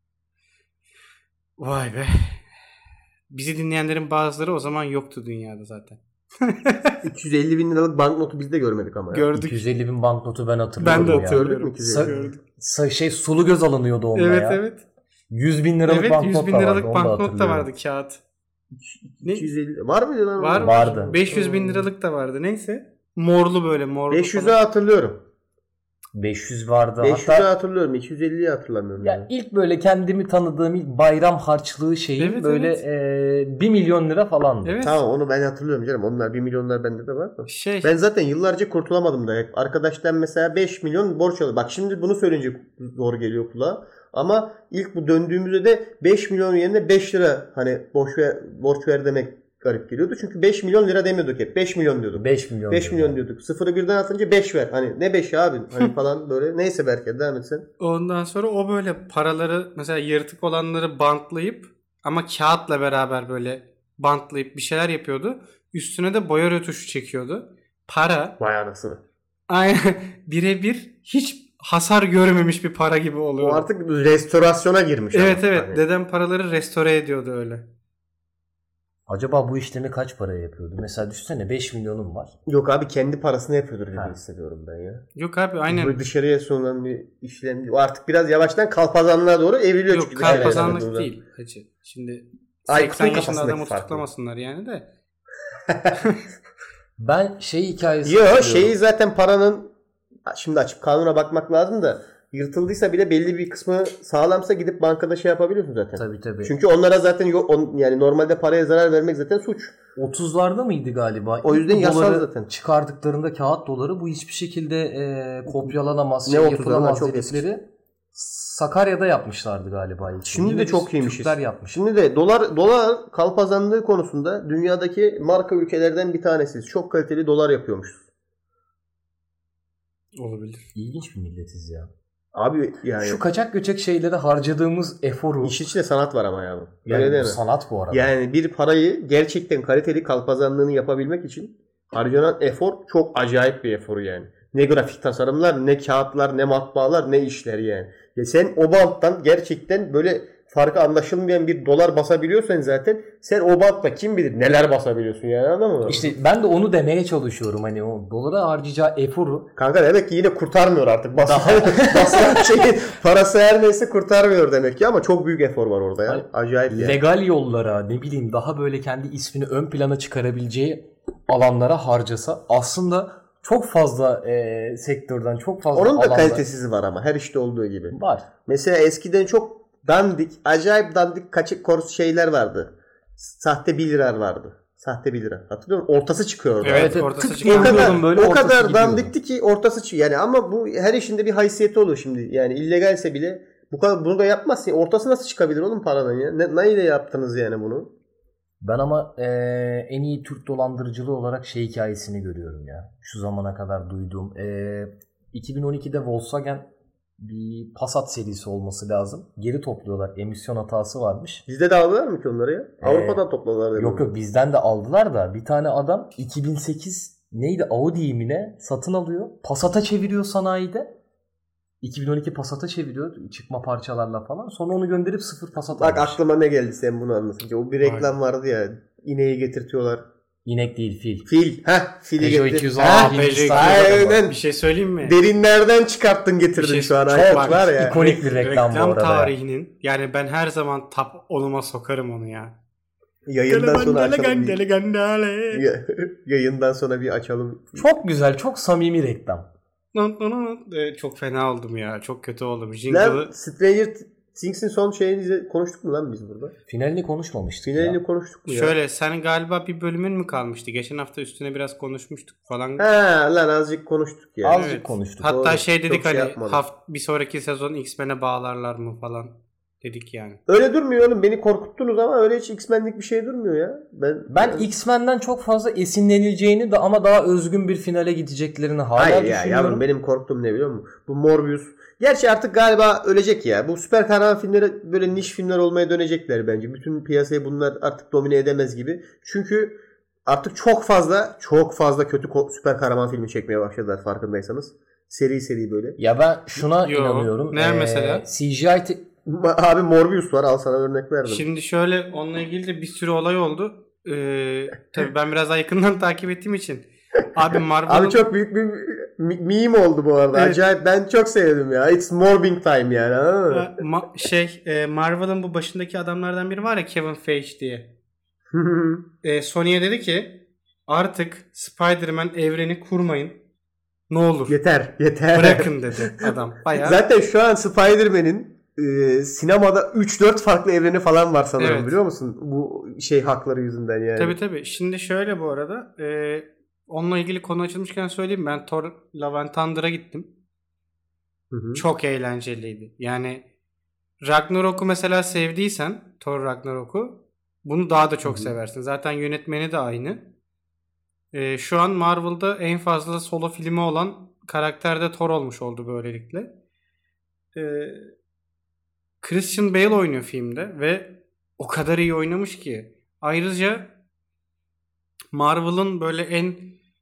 Vay be. Bizi dinleyenlerin bazıları o zaman yoktu dünyada zaten. 250 bin liralık banknotu biz de görmedik ama. Gördük. 250 bin banknotu ben hatırlıyorum. Ben de ya. hatırlıyorum. Gördük mü? Sulu göz alınıyordu onunla Evet ya. evet. 100 bin liralık Evet, banknot 100 bin da vardı. liralık onu da banknot da hatırlıyorum. vardı, kağıt. Ne? 250 var mıydı lan? Var Vardı. 500 bin liralık da vardı. Neyse. Morlu böyle, morlu 500'ü falan. hatırlıyorum. 500 vardı. 500'ü Hatta hatırlıyorum. 250'yi hatırlamıyorum. ya Yani. ilk böyle kendimi tanıdığım ilk bayram harçlığı şeyi Evet, böyle evet. 1 milyon lira falandı. Evet. Tamam, onu ben hatırlıyorum canım. Onlar 1 milyonlar bende de var da. Ben Ben zaten yıllarca kurtulamadım da. Hep arkadaştan mesela 5 milyon borç alıyor. Bak şimdi bunu söyleyince zor geliyor kulağa. Ama ilk bu döndüğümüzde de 5 milyon yerine 5 lira hani borç ver demek garip geliyordu. Çünkü 5 milyon lira demiyorduk hep. 5 milyon diyorduk. 5 milyon. 5 milyon diyorduk. Sıfırı birden atınca 5 ver. Hani ne 5 abi? Hani falan böyle. Neyse Berke, devam et sen. ondan sonra o böyle paraları mesela yırtık olanları bantlayıp ama kağıtla beraber böyle bantlayıp bir şeyler yapıyordu. Üstüne de boya rötuşu çekiyordu. Para Vay anasını. aynen birebir hiç hasar görmemiş bir para gibi O oluyor. artık restorasyona girmiş. Evet ama. evet. Hani. Dedem paraları restore ediyordu öyle. Acaba bu işlemi kaç paraya yapıyordu? Mesela düşünsene 5 milyonum var. Yok abi, kendi parasını yapıyordur gibi Ha. hissediyorum ben ya. Yok abi aynen. Böyle dışarıya sunulan bir işlem. O artık biraz yavaştan kalpazanlığa doğru evriliyor. Yok, çünkü dışarıya kalpazanlık sunulduğunda. değil hacı. Şimdi Aykut'un 80 yaşında kafasındaki adamı fark tutuklamasınlar yani de. Ben şey hikayesi Yo hatırlıyorum. şeyi zaten paranın şimdi açıp kanuna bakmak lazım da yırtıldıysa bile belli bir kısmı sağlamsa gidip bankada şey yapabiliyorsun zaten. Tabii. Çünkü onlara zaten yani normalde paraya zarar vermek zaten suç. 30'larda mıydı galiba? O yüzden İlk yasal doları zaten. Çıkardıklarında kağıt doları bu hiçbir şekilde kopyalanamaz, Ne 30'lar yapılamaz çok dedikleri Sakarya'da yapmışlardı galiba ilk. Şimdi Yine de biz çok iyiymişiz. Türkler yapmış. Şimdi de dolar kalpazanlığı konusunda dünyadaki marka ülkelerden bir tanesiyiz. Çok kaliteli dolar yapıyormuşuz. Olabilir. İlginç bir milletiz ya. Abi yani Şu kaçak göçek şeylere harcadığımız eforu. İş içinde sanat var ama ya bu. Yani Öyle değil bu mi? sanat bu arada. Yani bir parayı gerçekten kaliteli kalpazanlığını yapabilmek için harcanan efor çok acayip bir efor yani. Ne grafik tasarımlar, ne kağıtlar, ne matbaalar, ne işler yani. Ya sen o banttan gerçekten böyle farkı anlaşılmayan bir dolar basabiliyorsan zaten sen o bantla kim bilir neler basabiliyorsun yani, anladın mı? İşte ben de onu demeye çalışıyorum. Hani o dolara harcayacağı eforu Kanka demek ki yine kurtarmıyor artık. Basılan şeyin parası her neyse kurtarmıyor demek ki, ama çok büyük efor var orada ya. Acayip yani. legal yollara, ne bileyim daha böyle kendi ismini ön plana çıkarabileceği alanlara harcasa aslında çok fazla sektörden çok fazla Onun da alanda kalitesizi var ama her işte olduğu gibi. var. Mesela eskiden çok dandik, acayip dandik kaçık kors şeyler vardı. Sahte 1 lira vardı. Sahte 1 lira. Hatırlıyor musun? Ortası çıkıyor orada. Evet, Evet, ortası tık çıkıyor. O kadar, vuruyordum böyle, o ortası kadar gidiyordu. dandikti ki ortası çıkıyor. Yani ama bu her işinde bir haysiyeti oluyor şimdi. Yani illegalse bile bu kadar bunu da yapmazsın. Ortası nasıl çıkabilir oğlum paranın ya? Neyle yaptınız yani bunu? Ben ama en iyi Türk dolandırıcılığı olarak şey hikayesini görüyorum ya. Şu zamana kadar duyduğum. 2012'de Volkswagen bir Passat serisi olması lazım. Geri topluyorlar. Emisyon hatası varmış. Bizde de aldılar mı ki onları ya? Avrupa'dan topladılar. Yok bizden de aldılar da bir tane adam 2008 neydi Audi'yi mi ne satın alıyor. Passat'a çeviriyor sanayide. 2012 Passat'a çeviriyor çıkma parçalarla falan. Sonra onu gönderip sıfır Passat Bak almış. aklıma ne geldi sen bunu anlatınca. O bir reklam vardı ya. İneği getirtiyorlar. İnek değil fil. Fil. Fili Peugeot getir. 210. Peugeot Aynen. Bir şey söyleyeyim mi? Derinlerden çıkarttın getirdin Bir şey- şu an. çok Hayat var. var ya. İkonik bir reklam bu arada. tarihinin. Yani ben her zaman top 10'uma sokarım onu ya. Yayından sonra açalım. Gandale. Yayından sonra bir açalım. Çok güzel, çok samimi reklam. Çok fena oldum ya. Çok kötü oldum. Lan Jingle'ı Things'in son şeyini konuştuk mu lan biz burada? Finalini konuşmamıştık Finalini ya. konuştuk mu ya? Şöyle sen galiba bir bölümün mü kalmıştı? Geçen hafta üstüne biraz konuşmuştuk falan. Ha lan azıcık konuştuk ya. Azıcık konuştuk. Hatta Doğru. şey dedik Çok şey hani yapmadım. bir sonraki sezon X-Men'e bağlarlar mı falan dedik yani. Öyle durmuyor oğlum. Beni korkuttunuz ama öyle hiç X-Men'lik bir şey durmuyor ya. Ben X-Men'den çok fazla esinlenileceğini de ama daha özgün bir finale gideceklerini hala Hayır ya düşünüyorum. yavrum, benim korktuğum ne biliyor musun? Bu Morbius. Gerçi artık galiba ölecek ya. Bu süper kahraman filmleri böyle niş filmler olmaya dönecekler bence. Bütün piyasayı bunlar artık domine edemez gibi. Çünkü artık çok fazla kötü süper kahraman filmi çekmeye başladılar farkındaysanız. Seri böyle. Ya ben şuna Yo, inanıyorum. ne mesela? CGI Abi Morbius var, al sana örnek verdim. Şimdi şöyle onunla ilgili de bir sürü olay oldu. Tabii ben biraz daha yakından takip ettiğim için. Abi Marvel'ın... Abi çok büyük bir meme oldu bu arada. Evet. Acayip, ben çok sevdim ya. It's morbing time yani, anladın mı? Marvel'ın bu başındaki adamlardan biri var ya, Kevin Feige diye. Sony'ye dedi ki artık Spider-Man evreni kurmayın. Ne olur. Yeter. Bırakın dedi adam. Bayağı. Zaten şu an Spider-Man'in sinemada 3-4 farklı evreni falan var sanırım, Evet. biliyor musun? Bu hakları yüzünden yani. Tabii. Şimdi şöyle bu arada onunla ilgili konu açılmışken söyleyeyim. Ben Thor Love and Thunder'a gittim. Hı. Çok eğlenceliydi. Yani Ragnarok'u mesela sevdiysen, Thor Ragnarok'u, bunu daha da çok seversin. Zaten yönetmeni de aynı. Şu an Marvel'da en fazla solo filmi olan karakter de Thor olmuş oldu böylelikle. Christian Bale oynuyor filmde ve o kadar iyi oynamış ki. Ayrıca Marvel'ın böyle en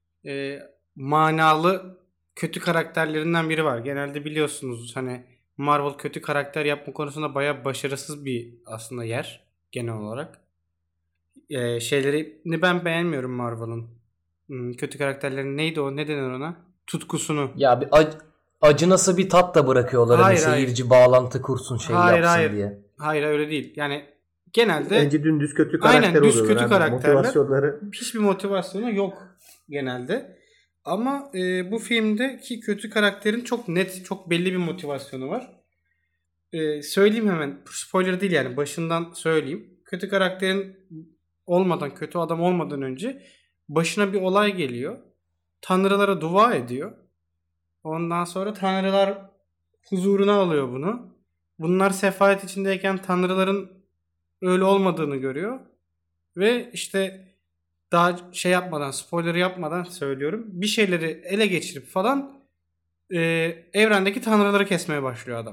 manalı kötü karakterlerinden biri var. Genelde biliyorsunuz hani Marvel kötü karakter yapma konusunda bayağı başarısız bir aslında yer genel olarak. Şeylerini ben beğenmiyorum Marvel'ın. Kötü karakterlerin neydi o? Ne denir ona? Tutkusunu. ya bir acınası bir tat da bırakıyorlar hani seyirci bağlantı kursun yapsın diye. Hayır öyle değil. Yani genelde Bence dümdüz kötü karakter aynen düz oluyorlar. kötü karakterler. Motivasyonları. Hiçbir motivasyonu yok genelde. Ama bu filmdeki kötü karakterin çok net, çok belli bir motivasyonu var. Söyleyeyim hemen. Spoiler değil yani. Başından söyleyeyim. Kötü karakterin olmadan, kötü adam olmadan önce başına bir olay geliyor. Tanrılara dua ediyor. Ondan sonra tanrılar huzuruna alıyor bunu. Bunlar sefalet içindeyken tanrıların öyle olmadığını görüyor. Ve işte daha şey yapmadan, spoiler yapmadan söylüyorum. Bir şeyleri ele geçirip falan evrendeki tanrıları kesmeye başlıyor adam.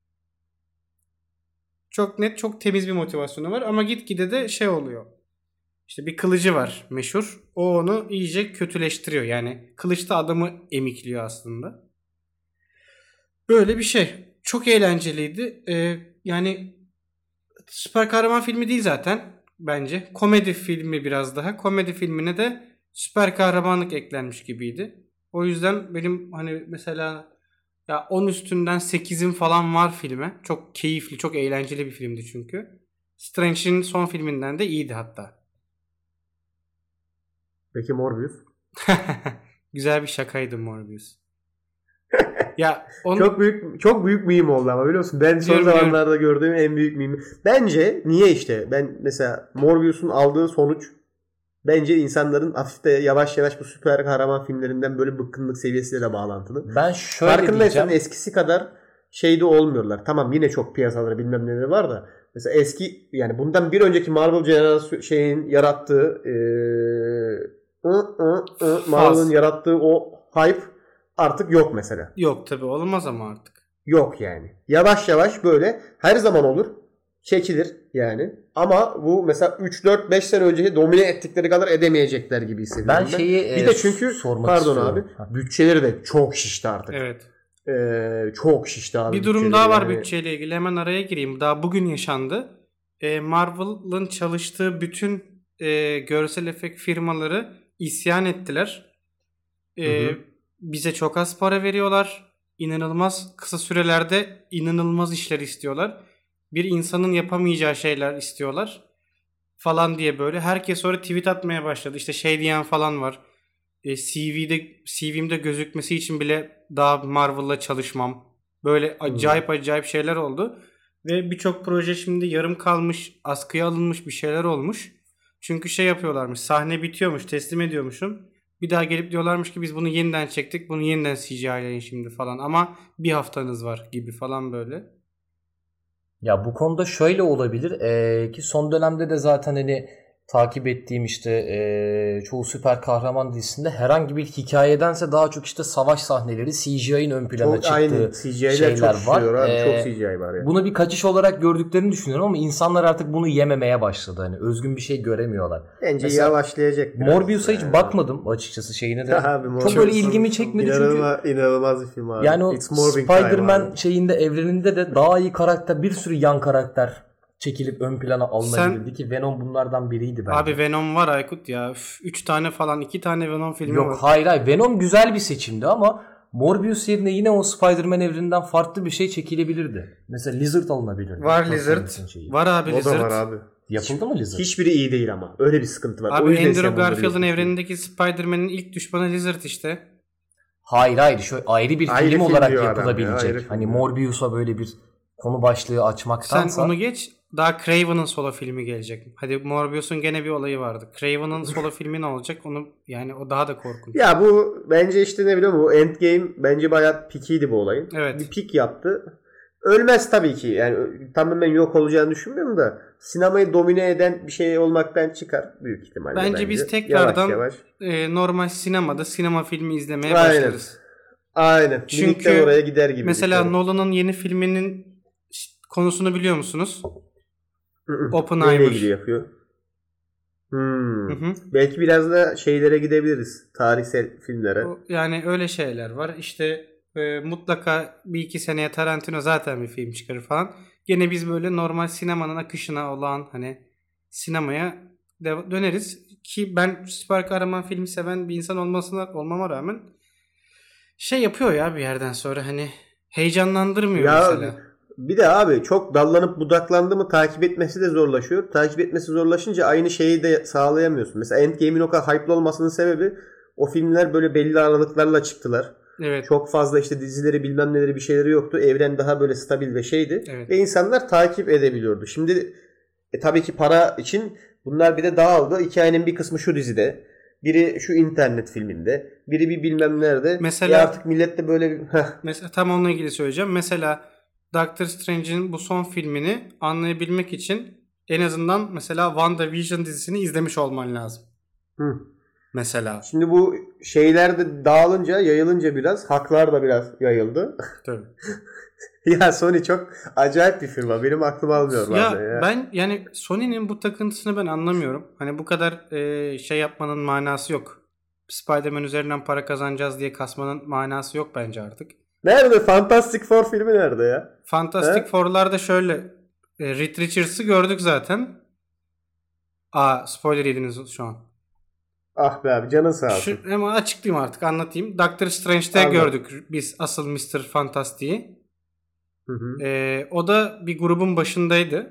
Çok net, çok temiz bir motivasyonu var ama gitgide de şey oluyor. İşte bir kılıcı var meşhur. O onu iyice kötüleştiriyor. Yani kılıçta adamı emikliyor aslında. Böyle bir şey. Çok eğlenceliydi. Yani süper kahraman filmi değil zaten bence. Komedi filmi biraz daha. Komedi filmine de süper kahramanlık eklenmiş gibiydi. O yüzden benim hani mesela ya 10 üstünden 8'im falan var filme. Çok keyifli, çok eğlenceli bir filmdi çünkü. Strange'in son filminden de iyiydi hatta. Peki Morbius? Güzel bir şakaydı Morbius. Ya çok büyük meme oldu ama biliyorsun. Ben son zamanlarda gördüğüm en büyük meme. Bence niye işte ben mesela Morbius'un aldığı sonuç bence insanların hafif de yavaş yavaş bu süper kahraman filmlerinden böyle bıkkınlık seviyesiyle de bağlantılı. Ben şöyle farkındaysan diyeceğim. eskisi kadar şeyde olmuyorlar. Tamam yine çok piyasaları bilmem neleri var da mesela eski yani bundan bir önceki Marvel jenerasyon şeyin yarattığı Marvel'ın yarattığı o hype artık yok mesela. Yok tabii olmaz ama artık. Yok yani. Yavaş yavaş böyle her zaman olur. Çekilir yani. Ama bu mesela 3-4-5 sene önceki domine ettikleri kadar edemeyecekler gibi hissediyorum. Ben şeyi bir de çünkü sormak istiyorum. Bütçeleri de çok şişti artık. Evet. Çok şişti abi. Bir durum daha var bütçeyle ilgili. Hemen araya gireyim. Daha bugün yaşandı. Marvel'ın çalıştığı bütün görsel efekt firmaları isyan ettiler. Bize çok az para veriyorlar. İnanılmaz kısa sürelerde inanılmaz işler istiyorlar. Bir insanın yapamayacağı şeyler istiyorlar. Falan diye böyle. Herkes sonra tweet atmaya başladı. İşte şey diyen falan var. CV'mde gözükmesi için bile daha Marvel'la çalışmam. Böyle acayip şeyler oldu. Ve birçok proje şimdi yarım kalmış, askıya alınmış bir şeyler olmuş. Çünkü şey yapıyorlarmış, sahne bitiyormuş, teslim ediyormuşum. Bir daha gelip diyorlarmış ki biz bunu yeniden çektik, bunu yeniden CGI'leyin şimdi falan. Ama bir haftanız var gibi falan böyle. Ya bu konuda şöyle olabilir ki son dönemde de zaten hani takip ettiğim işte çoğu süper kahraman dizisinde herhangi bir hikayedense daha çok işte savaş sahneleri CGI'nin ön plana çıktığı şeyler var. Çok CGI var yani. Bunu bir kaçış olarak gördüklerini düşünüyorum ama insanlar artık bunu yememeye başladı. Hani özgün bir şey göremiyorlar. Bence yavaşlayacak. Morbius'a hiç bakmadım açıkçası şeyine de. Abi, çok böyle ilgimi çekmedi çünkü. İnanılmaz bir film abi. Yani o Spider-Man şeyinde evreninde de daha iyi karakter, bir sürü yan karakter çekilip ön plana alınabilirdi ki Venom bunlardan biriydi bence. Abi Venom var Aykut ya. 3 tane falan 2 tane Venom filmi var. Yok hayır Venom güzel bir seçimdi ama Morbius yerine yine o Spider-Man evreninden farklı bir şey çekilebilirdi. Mesela Lizard alınabilirdi. Var Lizard. Var abi o Lizard. O da var abi. Yapıldı mı Lizard? Hiçbiri iyi değil ama. Öyle bir sıkıntı var. Abi Andrew Garfield'ın evrenindeki Spider-Man'in ilk düşmanı Lizard işte. Hayır. Şöyle ayrı bir film olarak yapılabilecek. Ya, hani Morbius'a böyle bir konu başlığı açmaktansa. Sen onu geç. Daha Craven'ın solo filmi gelecek. Hadi Morbius'un gene bir olayı vardı. Craven'ın solo filmi ne olacak? Onu yani o daha da korkunç. Ya bu bence işte ne biliyor musun? Bu Endgame bence bayağı pikiydi bu olayın. Evet. Bir pik yaptı. Ölmez tabii ki. Yani tamamen yok olacağını düşünmüyorum da sinemayı domine eden bir şey olmaktan çıkar büyük ihtimalle. Bence biz tekrardan yavaş. Normal sinemada sinema filmi izlemeye başlarız. Aynen. Çünkü oraya gider gibi. Mesela Nolan'ın yeni filminin konusunu biliyor musunuz? Oppenheimer. Neyle ilgili yapıyor? Belki biraz da şeylere gidebiliriz. Tarihsel filmlere. Yani öyle şeyler var. İşte mutlaka bir iki seneye Tarantino zaten bir film çıkarır falan. Gene biz böyle normal sinemanın akışına olan hani sinemaya döneriz. Ki ben süper kahraman filmi seven bir insan olmama rağmen şey yapıyor ya bir yerden sonra hani heyecanlandırmıyor ya, mesela. Bir de abi çok dallanıp budaklandı mı takip etmesi de zorlaşıyor. Takip etmesi zorlaşınca aynı şeyi de sağlayamıyorsun. Mesela Endgame'in o kadar hype'lı olmasının sebebi o filmler böyle belli aralıklarla çıktılar. Evet. Çok fazla işte dizileri bilmem neleri bir şeyleri yoktu. Evren daha böyle stabil ve şeydi. Evet. Ve insanlar takip edebiliyordu. Şimdi tabii ki para için bunlar bir de dağıldı. Hikayenin bir kısmı şu dizide. Biri şu internet filminde. Biri bir bilmem nerede. Mesela artık millet de böyle mesela tam onunla ilgili söyleyeceğim. Mesela Doctor Strange'in bu son filmini anlayabilmek için en azından mesela WandaVision dizisini izlemiş olman lazım. Mesela. Şimdi bu şeyler de dağılınca, yayılınca biraz haklar da biraz yayıldı. Tabii. Ya Sony çok acayip bir firma. Benim aklım almıyor bazen ya. Ben yani Sony'nin bu takıntısını ben anlamıyorum. Hani bu kadar şey yapmanın manası yok. Spider-Man üzerinden para kazanacağız diye kasmanın manası yok bence artık. Nerede? Fantastic Four filmi nerede ya? Fantastic Four'larda şöyle Reed Richards'ı gördük zaten. Spoiler yediniz şu an. Ah be abi canın sağ olsun. Ama açıklayayım artık anlatayım. Doctor Strange'de gördük biz asıl Mr. Fantastic'i. O da bir grubun başındaydı.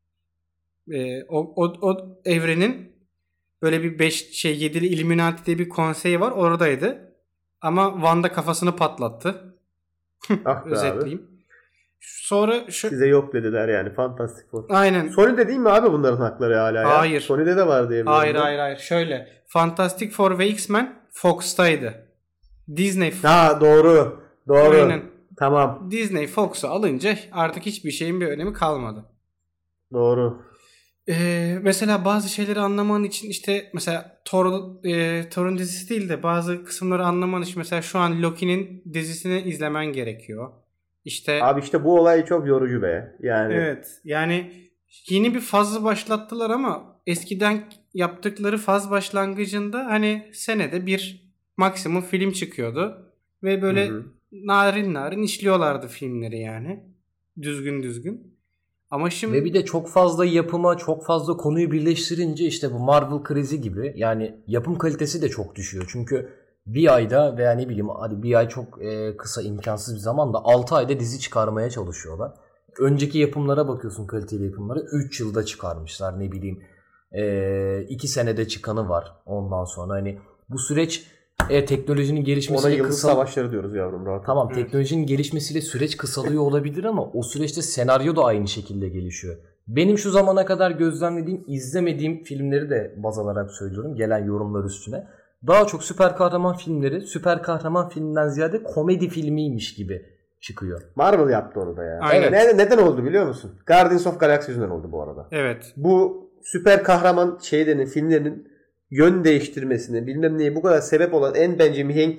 O evrenin böyle bir 7'li Illuminati diye bir konseyi var, oradaydı. Ama Wanda kafasını patlattı. Ah özetleyeyim. Sonra size yok dediler yani Fantastic Four. Aynen. Sony'de değil mi abi bunların hakları hala ya? Hayır. Sony'de de var diye. Hayır. Şöyle. Fantastic Four ve X-Men Fox'taydı. Disney. Doğru. Aynen. Tamam. Disney Fox'u alınca artık hiçbir şeyin bir önemi kalmadı. Doğru. Mesela bazı şeyleri anlaman için işte mesela Thor'un dizisi değil de bazı kısımları anlaman için mesela şu an Loki'nin dizisini izlemen gerekiyor. İşte abi işte bu olay çok yorucu be. Yani evet. Yani yeni bir fazla başlattılar ama eskiden yaptıkları faz başlangıcında hani senede bir maksimum film çıkıyordu ve böyle narin işliyorlardı filmleri yani. Düzgün. Ama şimdi ve bir de çok fazla yapıma, çok fazla konuyu birleştirince işte bu Marvel krizi gibi yani yapım kalitesi de çok düşüyor. Çünkü bir ayda veya ne bileyim hadi bir ay çok kısa imkansız bir zamanda 6 ayda dizi çıkarmaya çalışıyorlar. Önceki yapımlara bakıyorsun, kaliteli yapımlara 3 yılda çıkarmışlar, ne bileyim 2 senede çıkanı var ondan sonra. Hani bu süreç Teknolojinin Ona gelişmesiyle yıldız savaşları diyoruz yavrum, rahat. Tamam, teknolojinin gelişmesiyle süreç kısalıyor olabilir ama o süreçte senaryo da aynı şekilde gelişiyor. Benim şu zamana kadar gözlemlediğim, izlemediğim filmleri de baz alarak söylüyorum gelen yorumlar üstüne. Daha çok süper kahraman filmleri, süper kahraman filminden ziyade komedi filmiymiş gibi çıkıyor. Marvel yaptı onu da ya. Aynen. Neden oldu biliyor musun? Guardians of Galaxy yüzünden oldu bu arada. Evet. Bu süper kahraman filmlerinin yön değiştirmesine, bilmem neye bu kadar sebep olan en bence mihenk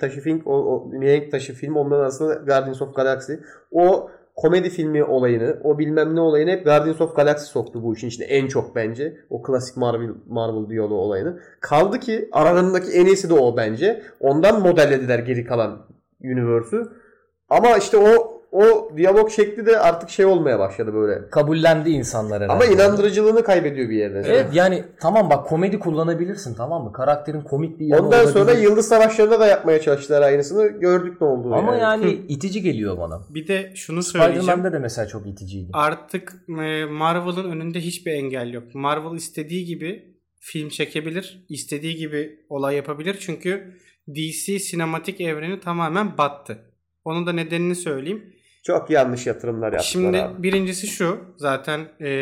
taşı film ondan aslında Guardians of Galaxy. O komedi filmi olayını, o bilmem ne olayını hep Guardians of Galaxy soktu bu işin içine en çok bence. O klasik Marvel diyaloğu olayını. Kaldı ki aralarındaki en iyisi de o bence. Ondan modellediler geri kalan universe'ü. Ama işte o diyalog şekli de artık şey olmaya başladı böyle. Kabullendi insanlar herhalde. Ama inandırıcılığını kaybediyor bir yerden. Evet yani tamam bak, komedi kullanabilirsin, tamam mı? Karakterin komik bir yanı Ondan olabilir. sonra Yıldız Savaşları'nda da yapmaya çalıştılar aynısını. Gördük ne oldu. Ama yani itici geliyor bana. Bir de şunu söyleyeceğim. Spider-Man'de de mesela çok iticiydi. Artık Marvel'ın önünde hiçbir engel yok. Marvel istediği gibi film çekebilir, istediği gibi olay yapabilir. Çünkü DC sinematik evreni tamamen battı. Onun da nedenini söyleyeyim. Çok yanlış yatırımlar yaptılar. Şimdi abi. birincisi şu. Zaten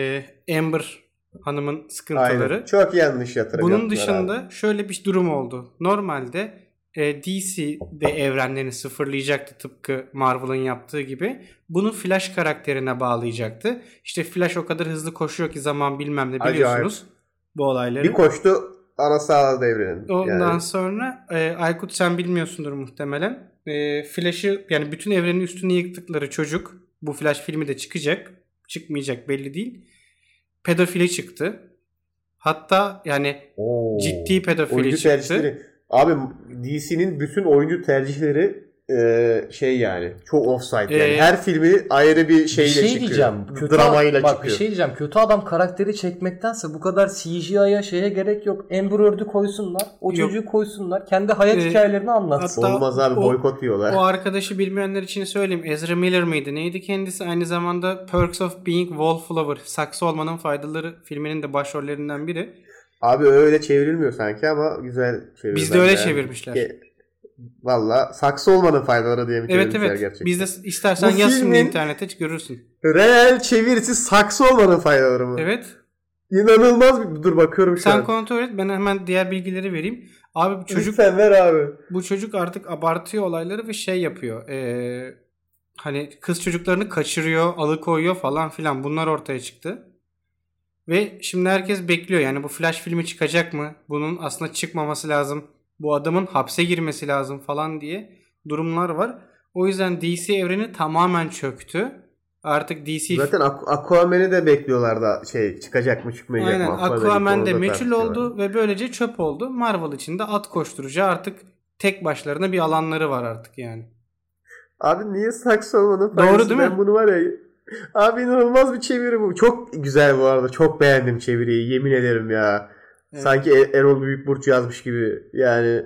Amber Hanım'ın sıkıntıları. Aynen. Çok yanlış yatırım Bunun yaptılar dışında abi. şöyle bir durum oldu. Normalde DC de evrenlerini sıfırlayacaktı tıpkı Marvel'ın yaptığı gibi. Bunu Flash karakterine bağlayacaktı. İşte Flash o kadar hızlı koşuyor ki zaman bilmem ne, biliyorsunuz. Acayip. Bu olayları. Bir koştu ana sağladı evrenin. Ondan sonra Aykut sen bilmiyorsundur muhtemelen. Flash'ı yani bütün evrenin üstünü yıktıkları çocuk, bu Flash filmi de çıkacak. Çıkmayacak belli değil. Pedofili çıktı. Hatta yani ciddi pedofili oyuncu çıktı. tercihleri. Abi DC'nin bütün oyuncu tercihleri yani çok offside yani. Her filmi ayrı bir şeyle çıkıyor. Diyeceğim. Dramayla bak, çıkıyor. Bir şey diyeceğim. Kötü adam karakteri çekmektense bu kadar CGI'ya gerek yok. Amber Heard'ü koysunlar. O çocuğu koysunlar. Kendi hayat hikayelerini anlatsın. Olmaz abi, boykot yiyorlar. O arkadaşı bilmeyenler için söyleyeyim. Ezra Miller mıydı? Neydi kendisi? Aynı zamanda Perks of Being Wallflower, saksı olmanın faydaları filminin de başrollerinden biri. Abi öyle çevrilmiyor sanki ama güzel çeviriyorlar. Bizde öyle çevirmişler. Valla saksı olmanın faydaları diye mi çevirmişler gerçekten? Evet. Bizde istersen yaz şimdi internete görürsün. Reel çevirisi saksı olmanın faydaları mı? Evet. İnanılmaz bir dur bakıyorum şu an. Sen kontrol et, ben hemen diğer bilgileri vereyim. Abi çocuk, lütfen ver abi. Bu çocuk artık abartıyor olayları ve şey yapıyor. Hani kız çocuklarını kaçırıyor, alıkoyuyor falan filan, bunlar ortaya çıktı. Ve şimdi herkes bekliyor yani bu Flash filmi çıkacak mı? Bunun aslında çıkmaması lazım. Bu adamın hapse girmesi lazım falan diye durumlar var. O yüzden DC evreni tamamen çöktü. Artık DC... Zaten Aquaman'i de bekliyorlar da çıkacak mı çıkmayacak Aynen, mı? Aquaman de meçhul oldu ve böylece çöp oldu. Marvel için de at koşturucu, artık tek başlarına bir alanları var artık yani. Abi niye saksı olmanın faydası? Doğru değil mi? Ben bunu var ya... Abi inanılmaz bir çeviri bu. Çok güzel bu arada. Çok beğendim çeviriyi. Yemin ederim ya. Evet. Sanki Erol Büyükburç yazmış gibi. Yani...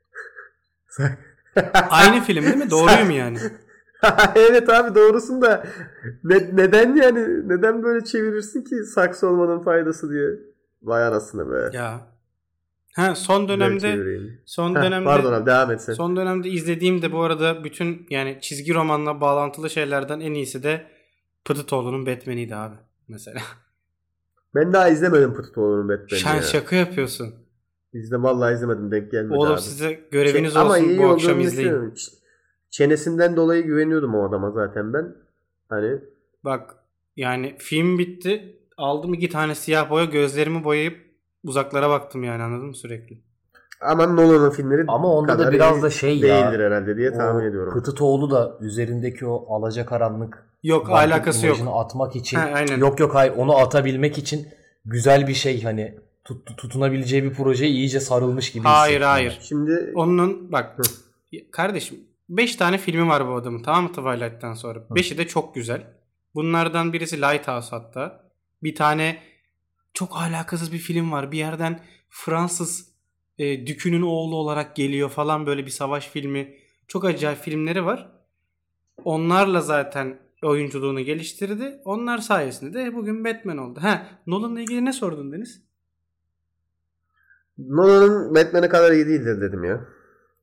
Aynı film değil mi? Doğruyum yani. Evet abi doğrusun da neden yani? Neden böyle çevirirsin ki saksı olmanın faydası diye? Vay anasını be. Ya. Son dönemde pardon abi devam et sen. Son dönemde izlediğim de bu arada bütün yani çizgi romanla bağlantılı şeylerden en iyisi de Pıtıtoğlu'nun Batman'iydi abi mesela. Ben daha izlemedim Pıtıtoğlu'nun Batman'i. Sen şaka yapıyorsun. Vallahi izlemedim, denk gelmedi oğlum, abi. Size göreviniz olsun, bu akşam izleyin. Çenesinden dolayı güveniyordum o adama zaten ben. Hani bak yani film bitti. Aldım 2 tane siyah boya, gözlerimi boyayıp uzaklara baktım yani, anladın mı, sürekli. Ama Nolan'ın filmleri ama onda da biraz da değildir herhalde diye tahmin ediyorum. Pıtıtoğlu da üzerindeki o alacakaranlık alakası yok. Atmak için. Yok hayır, onu atabilmek için güzel bir şey, hani tutunabileceği bir projeye iyice sarılmış gibi hissettim. Hayır. Şimdi onun bak kardeşim 5 tane filmi var bu adamın, tamam mı, Twilight'tan sonra. 5'i de çok güzel. Bunlardan birisi Lighthouse hatta. Bir tane çok alakasız bir film var. Bir yerden Fransız dükünün oğlu olarak geliyor falan, böyle bir savaş filmi. Çok acayip filmleri var. Onlarla zaten oyunculuğunu geliştirdi. Onlar sayesinde de bugün Batman oldu. Nolan'la ilgili ne sordun Deniz? Nolan'ın Batman'e kadar iyi değildir dedim ya.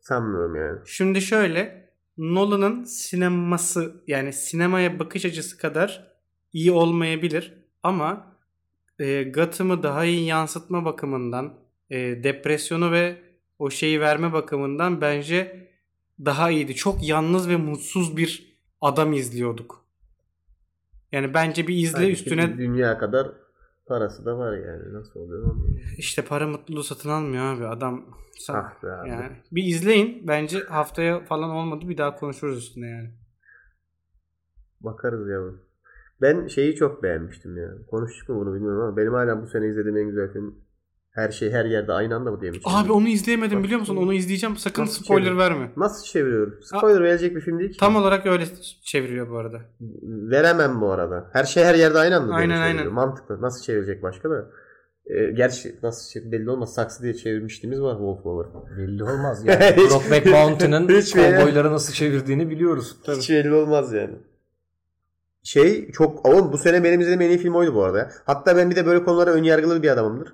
Sanmıyorum yani. Şimdi şöyle, Nolan'ın sineması, yani sinemaya bakış açısı kadar iyi olmayabilir ama Gotham'ı daha iyi yansıtma bakımından, depresyonu ve o şeyi verme bakımından bence daha iyiydi. Çok yalnız ve mutsuz bir adam izliyorduk. Yani bence bir izle, Sanki üstüne dünya kadar parası da var yani. Nasıl oluyor anlamadım. işte para mutluluğu satın almıyor abi adam. Ah be abi. Yani bir izleyin, bence haftaya falan olmadı bir daha konuşuruz üstüne yani. Bakarız ya. Ben şeyi çok beğenmiştim ya. Konuştuk mu bunu bilmiyorum ama benim hala bu sene izlediğim en güzel film Her Şey Her Yerde Aynı Anda mı diyemişim? Abi onu izleyemedim biliyor musun? Onu izleyeceğim. Sakın Nasıl spoiler çevir- verme. Nasıl çeviriyorum? Spoiler verecek bir film değil ki. Tam olarak öyle çeviriyor bu arada. Veremem bu arada. Her Şey Her Yerde Aynı Anda Aynen, diye aynen. çeviriyor. Mantıklı. Nasıl çevirecek başka da? Gerçi nasıl belli olmaz. Saksı diye çevirmişliğimiz var Wallflower. Belli olmaz. Yani Brokeback Mountain'ın Hiç kovboyları nasıl çevirdiğini biliyoruz. Hiç belli olmaz yani. Oğlum bu sene benim izlediğim en iyi film oydu bu arada ya. Hatta ben bir de böyle konulara önyargılı bir adamımdır.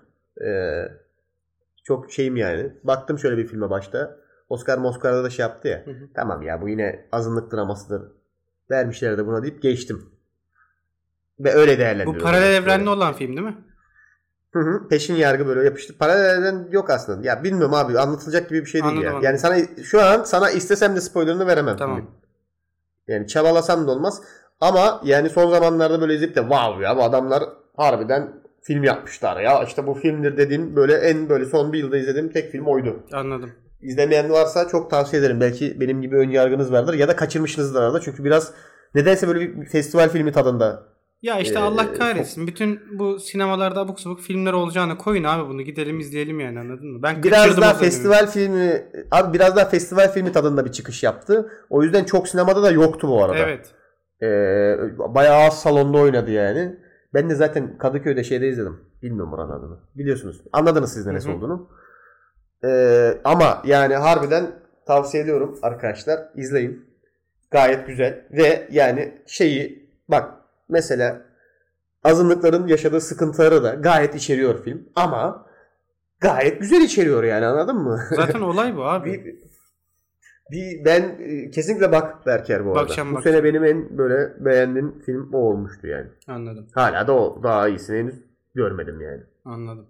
Çok şeyim yani. Baktım şöyle bir filme başta. Oscar'da da şey yaptı ya. Tamam ya bu yine azınlık dramasıdır. Vermişler de buna deyip geçtim. Ve öyle değerlendiriyorum. Bu paralel evrenli olan film değil mi? Peşin yargı böyle yapıştı. Paralel evren yok aslında. Ya bilmiyorum abi, anlatılacak gibi bir şey değil. Anladım, Yani şu an sana istesem de spoilerını veremem. Tamam. Filmin. Yani çabalasam da olmaz. Ama yani son zamanlarda böyle izleyip de wow ya bu adamlar harbiden film yapmışlar ya. İşte bu filmdir dediğim böyle en böyle son bir yılda izlediğim tek film oydu. Anladım. İzlemeyen varsa çok tavsiye ederim. Belki benim gibi ön yargınız vardır ya da kaçırmışsınızdır arada. Çünkü biraz nedense böyle bir festival filmi tadında. Ya işte Allah kahretsin. Bütün bu sinemalarda abuk sabuk filmler olacağını koyun abi bunu. Gidelim izleyelim yani, anladın mı? Ben Biraz daha festival filmi biraz daha festival filmi tadında bir çıkış yaptı. O yüzden çok sinemada da yoktu bu arada. Evet. Bayağı az salonda oynadı yani. Ben de zaten Kadıköy'de şeyde izledim. Bilmiyorum oranın adını. Biliyorsunuz. Anladınız siz neresi olduğunu. Ama yani harbiden tavsiye ediyorum arkadaşlar. İzleyin. Gayet güzel. Ve yani bak mesela azınlıkların yaşadığı sıkıntıları da gayet içeriyor film. Ama gayet güzel içeriyor yani, anladın mı? Zaten olay bu abi. Ben kesinlikle bak Berker bu arada. Bakacağım. Sene benim en böyle beğendiğim film o olmuştu yani. Anladım. Hala da o daha iyisini henüz görmedim yani. Anladım.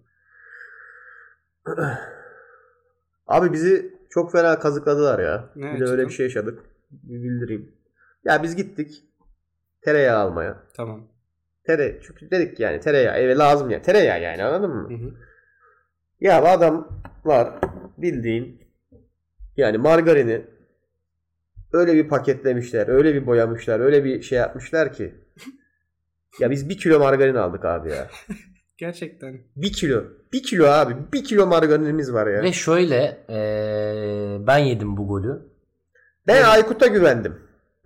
Abi bizi çok fena kazıkladılar ya. Ne Bir de öyle bir şey yaşadık. Bir bildireyim. Ya biz gittik tereyağı almaya. Tamam. Çünkü dedik yani tereyağı eve lazım ya. Tereyağı yani, anladın mı? Hı. Ya bu adamlar bildiğin yani margarini öyle bir paketlemişler, öyle bir boyamışlar, öyle bir şey yapmışlar ki. Ya biz 1 kilo margarin aldık abi ya. Gerçekten. 1 kilo. 1 kilo abi. 1 kilo margarinimiz var ya. Ve şöyle ben yedim bu golü. Ben Aykut'a güvendim.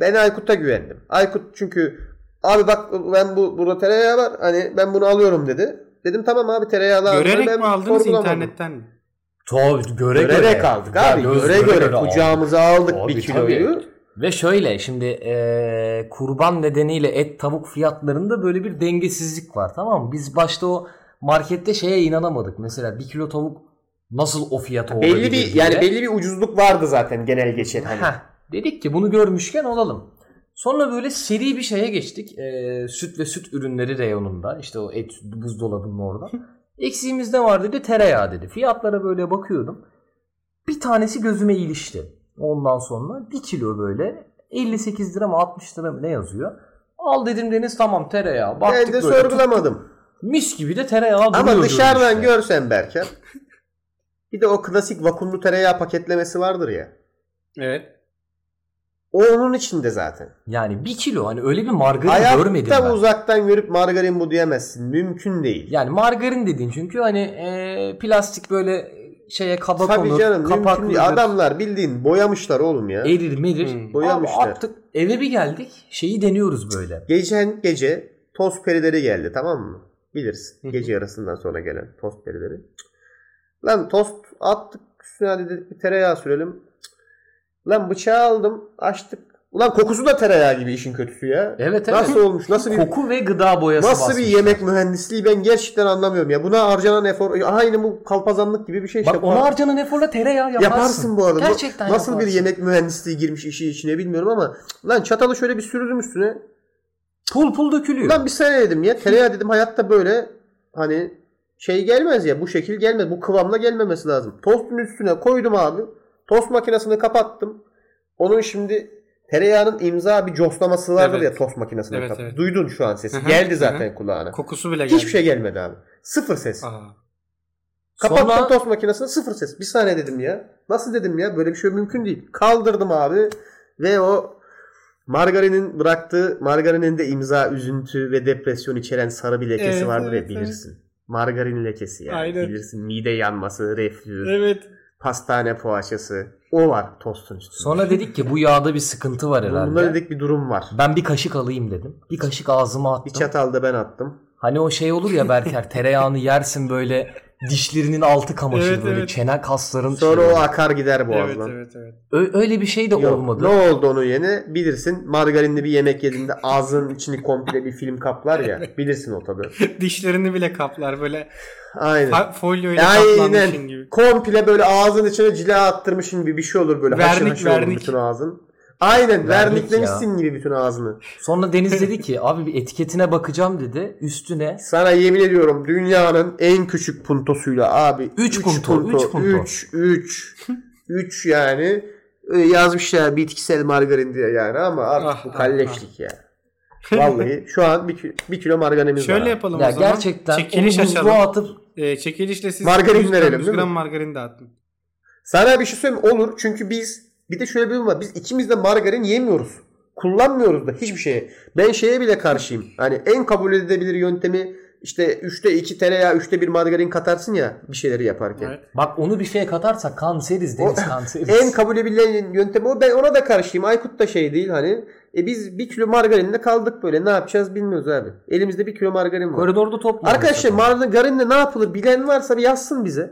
Aykut çünkü abi bak burada tereyağı var. Hani ben bunu alıyorum dedi. Dedim tamam abi tereyağı lazım. Görerek ben mi aldınız, internetten mi? Tabii Görerek aldık abi. Göre kucağımıza aldık Tabii, 1 kiloyu. tabii. Ve şöyle şimdi kurban nedeniyle et tavuk fiyatlarında böyle bir dengesizlik var, tamam mı? Biz başta o markette şeye inanamadık. Mesela 1 kilo tavuk nasıl o fiyata olabilir diye. Belli bir ucuzluk vardı zaten genel geçen hani. Dedik ki bunu görmüşken alalım. Sonra böyle seri bir şeye geçtik. Süt ve süt ürünleri reyonunda. İşte o et buzdolabının orada. Eksiğimiz ne var dedi? Tereyağı dedi. Fiyatlara böyle bakıyordum. Bir tanesi gözüme ilişti. Ondan sonra 1 kilo böyle 58 lira mı 60 lira mı ne yazıyor? Al dedim Deniz, tamam tereyağı. Baktık Ben de böyle, sorgulamadım. tuttuk. Mis gibi de tereyağı duruyor. Ama dışarıdan işte. görsen Berker. Bir de o klasik vakumlu tereyağı paketlemesi vardır ya. Evet. O onun içinde zaten. Yani 1 kilo hani öyle bir margarin görmedim ben. Hayatta uzaktan görüp margarin bu diyemezsin. Mümkün değil. Yani margarin dediğin çünkü hani plastik böyle şeye kaba Tabii konur. canım, mümkün Kapaklıdır. değil. Adamlar bildiğin boyamışlar oğlum ya. Erir merir. Boyamışlar. Abi attık eve bir geldik. Şeyi deniyoruz böyle. Geçen gece tost perileri geldi, tamam mı? Bilirsin. Gece yarısından sonra gelen tost perileri. Lan tost attık üstüne, hadi dedik bir tereyağı sürelim. Lan bıçağı aldım, açtık. Ulan kokusu da tereyağı gibi işin kötüsü ya. Evet. Nasıl olmuş? Nasıl bir koku ve gıda boyası nasıl bir basmışlar. yemek mühendisliği ben gerçekten anlamıyorum ya. Buna harcanan efor aynı bu kalpazanlık gibi bir şey işte. Bak ona harcanan eforla tereyağı Yaparsın bu arada. Gerçekten nasıl yaparsın. bir yemek mühendisliği girmiş işin içine bilmiyorum ama lan çatalı şöyle bir sürdüm üstüne. Pul dökülüyor. Lan bir sene dedim ya. Tereyağı dedim hayatta böyle hani şey gelmez ya. Bu şekil gelmez. Bu kıvamla gelmemesi lazım. Tostun üstüne koydum abi. Tost makinesini kapattım. Onun şimdi tereyağının imza bir coslaması vardır ya tost makinesine. Evet. Duydun şu an sesi. Geldi zaten kulağına. Kokusu bile geldi. Hiçbir şey gelmedi abi. Sıfır ses. Aha. Kapattım Sonra... tost makinesine sıfır ses. Bir saniye dedim ya. Nasıl dedim ya? Böyle bir şey mümkün değil. Kaldırdım abi. Ve o margarinin bıraktığı, margarinin de imza, üzüntü ve depresyon içeren sarı bir lekesi vardır ya bilirsin. Evet. Margarin lekesi yani. Aynen. Bilirsin. Mide yanması, reflü. Evet. Pastane poğaçası. O var tostun üstünde. Sonra dedik ki bu yağda bir sıkıntı var herhalde. Bunda dedik bir durum var. Ben bir kaşık alayım dedim. Bir kaşık ağzıma attım. Bir çatal da ben attım. Hani o şey olur ya Berker, tereyağını yersin böyle dişlerinin altı kamaşır böyle çene kasların. Sonra o akar gider boğazdan. Evet. Öyle bir şey de olmadı. Ne oldu onun yerine? Bilirsin margarinli bir yemek yediğinde ağzının içini komple bir film kaplar ya. Bilirsin o tadı. Dişlerini bile kaplar böyle. Aynen. Folyoyla kaplanmışın gibi. Komple böyle ağzın içine cila attırmışın gibi bir şey olur böyle. Vernik olur bütün ağzın. Aynen verniklemişsin gibi bütün ağzını. Sonra Deniz dedi ki abi bir etiketine bakacağım dedi. Üstüne. Sana yemin ediyorum dünyanın en küçük puntosuyla abi. 3 punto. 3 yani. Yazmışlar bitkisel margarin diye yani ama artık bu kalleşlik ya. Vallahi şu an bir kilo margarinimiz var. Şöyle yapalım ya o zaman. Gerçekten çekiliş açalım. Atıp, çekilişle siz margarin verelim 100 gram margarin dağıtın. Sana bir şey söyleyeyim olur çünkü bir de şöyle bir durum var. Biz ikimiz de margarin yemiyoruz. Kullanmıyoruz da hiçbir şeye. Ben şeye bile karşıyım. Hani en kabul edilebilir yöntemi işte 3'te 2 tereyağı 3'te 1 margarin katarsın ya bir şeyleri yaparken. Evet. Bak onu bir şeye katarsak kanseriz Deniz kanseriz. En kabul edilen yöntemi o. Ben ona da karşıyım. Aykut da şey değil hani. Biz 1 kilo margarinle kaldık böyle. Ne yapacağız bilmiyoruz abi. Elimizde 1 kilo margarin var. Koridorda topluyoruz. Arkadaşlar margarinle ne yapılır bilen varsa bir yazsın bize.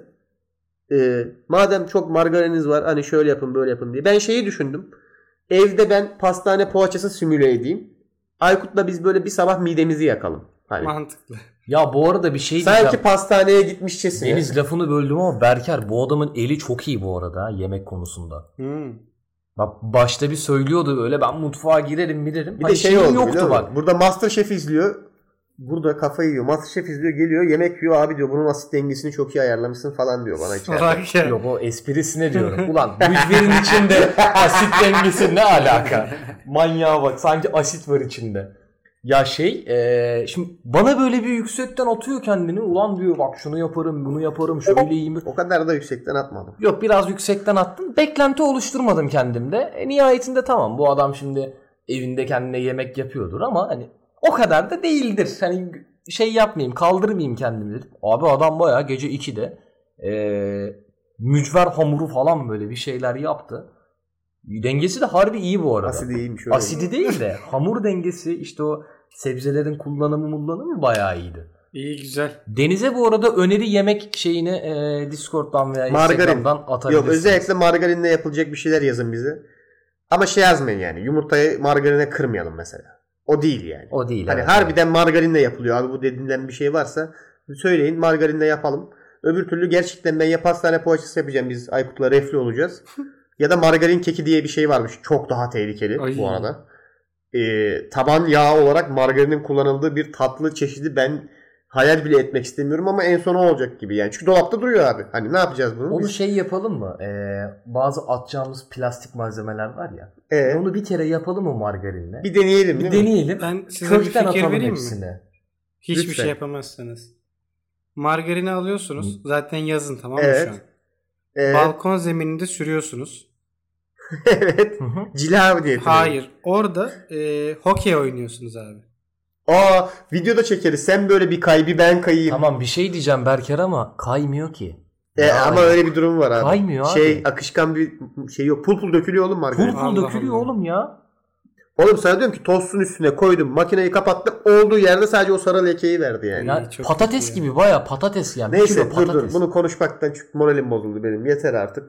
Madem çok margarininiz var hani şöyle yapın böyle yapın diye. Ben şeyi düşündüm. Evde ben pastane poğaçası simüle edeyim. Aykut'la biz böyle bir sabah midemizi yakalım. Hani. Mantıklı. Ya bu arada bir şey diyeceğim. Sanki pastaneye gitmişçesine. Deniz lafını böldüm ama Berker bu adamın eli çok iyi bu arada yemek konusunda. Bak başta bir söylüyordu öyle ben mutfağa girerim. Bir de şey oldu yoktu bak. Burada MasterChef izliyor. Burada kafayı yiyor. MasterChef izliyor geliyor yemek yiyor abi diyor. Bunun asit dengesini çok iyi ayarlamışsın falan diyor bana içeride. Yok o esprisine diyorum. Ulan mücverin içinde asit dengesi ne alaka? Manyağa bak sanki asit var içinde. Ya şimdi bana böyle bir yüksekten atıyor kendini. Ulan diyor bak şunu yaparım bunu yaparım şöyle iyiyim. O kadar da yüksekten atmadım. Yok biraz yüksekten attım. Beklenti oluşturmadım kendimde. Nihayetinde tamam bu adam şimdi evinde kendine yemek yapıyordur ama hani o kadar da değildir. Hani şey yapmayayım kaldırmayayım kendimi dedim. Abi adam bayağı gece 2'de mücver hamuru falan böyle bir şeyler yaptı. Dengesi de harbi iyi bu arada. Asidi iyiymiş. Asidi değil de hamur dengesi işte o sebzelerin kullanımı bayağı iyiydi. İyi güzel. Deniz'e bu arada öneri yemek şeyini Discord'dan veya Instagram'dan atabilirsiniz. Yok özellikle margarinle yapılacak bir şeyler yazın bize. Ama şey yazmayın yani yumurtayı margarine kırmayalım mesela. O değil yani. O değil. Hani evet, harbiden margarinle yapılıyor abi bu dediğinden bir şey varsa söyleyin margarinle yapalım. Öbür türlü gerçekten ben ya pastane poğaçası yapacağım biz Aykut'la reflü olacağız. Ya da margarin keki diye bir şey varmış. Çok daha tehlikeli bu arada. Taban yağı olarak margarinin kullanıldığı bir tatlı çeşidi ben hayal bile etmek istemiyorum ama en son olacak gibi yani. Çünkü dolapta duruyor abi. Hani ne yapacağız bunu? Onu şey yapalım mı? Bazı atacağımız plastik malzemeler var ya. Onu bir kere yapalım mı margarinle? Bir deneyelim değil mi? Deneyelim. Ben size bir fikir vereyim hepsine. Mi? Hiçbir Lütfen. şey yapamazsınız. Margarini alıyorsunuz. Zaten yazın tamam mı şu an? Balkon zemininde sürüyorsunuz. Evet. Cila diye. Hayır. Orada hokey oynuyorsunuz abi. Videoda çekeriz. Sen böyle bir kay bir ben kayayım. Tamam bir şey diyeceğim Berker ama kaymıyor ki. Ama öyle bir durum var abi. Kaymıyor abi. Akışkan bir şey yok. Pul dökülüyor oğlum margarin. Pul dökülüyor oğlum ya. Oğlum sana diyorum ki tostun üstüne koydum. Makineyi kapattım. Olduğu yerde sadece o sarı lekeyi verdi yani. Ya patates gibi bayağı patates yani. Neyse dur. Bunu konuşmaktan çünkü moralim bozuldu benim. Yeter artık.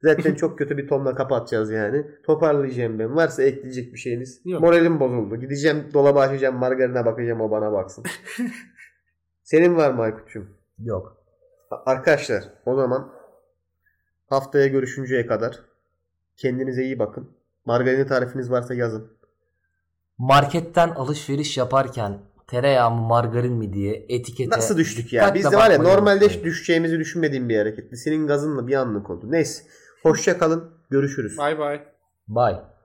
Zaten çok kötü bir tonla kapatacağız yani. Toparlayacağım ben. Varsa ekleyecek bir şeyiniz. Yok. Moralim bozuldu. Gideceğim dolaba açacağım, margarine bakacağım, o bana baksın. Senin var mı Aykut'cum? Yok. Arkadaşlar o zaman haftaya görüşünceye kadar kendinize iyi bakın. Margarin tarifiniz varsa yazın. Marketten alışveriş yaparken tereyağı mı margarin mi diye etikete Nasıl düştük ya? dikkatle Biz de var ya bakmayı normalde hiç unutmayın. düşeceğimizi düşünmediğim bir hareketti. Senin gazınla bir anlık oldu. Neyse. Hoşça kalın. Görüşürüz. Bay bay. Bye.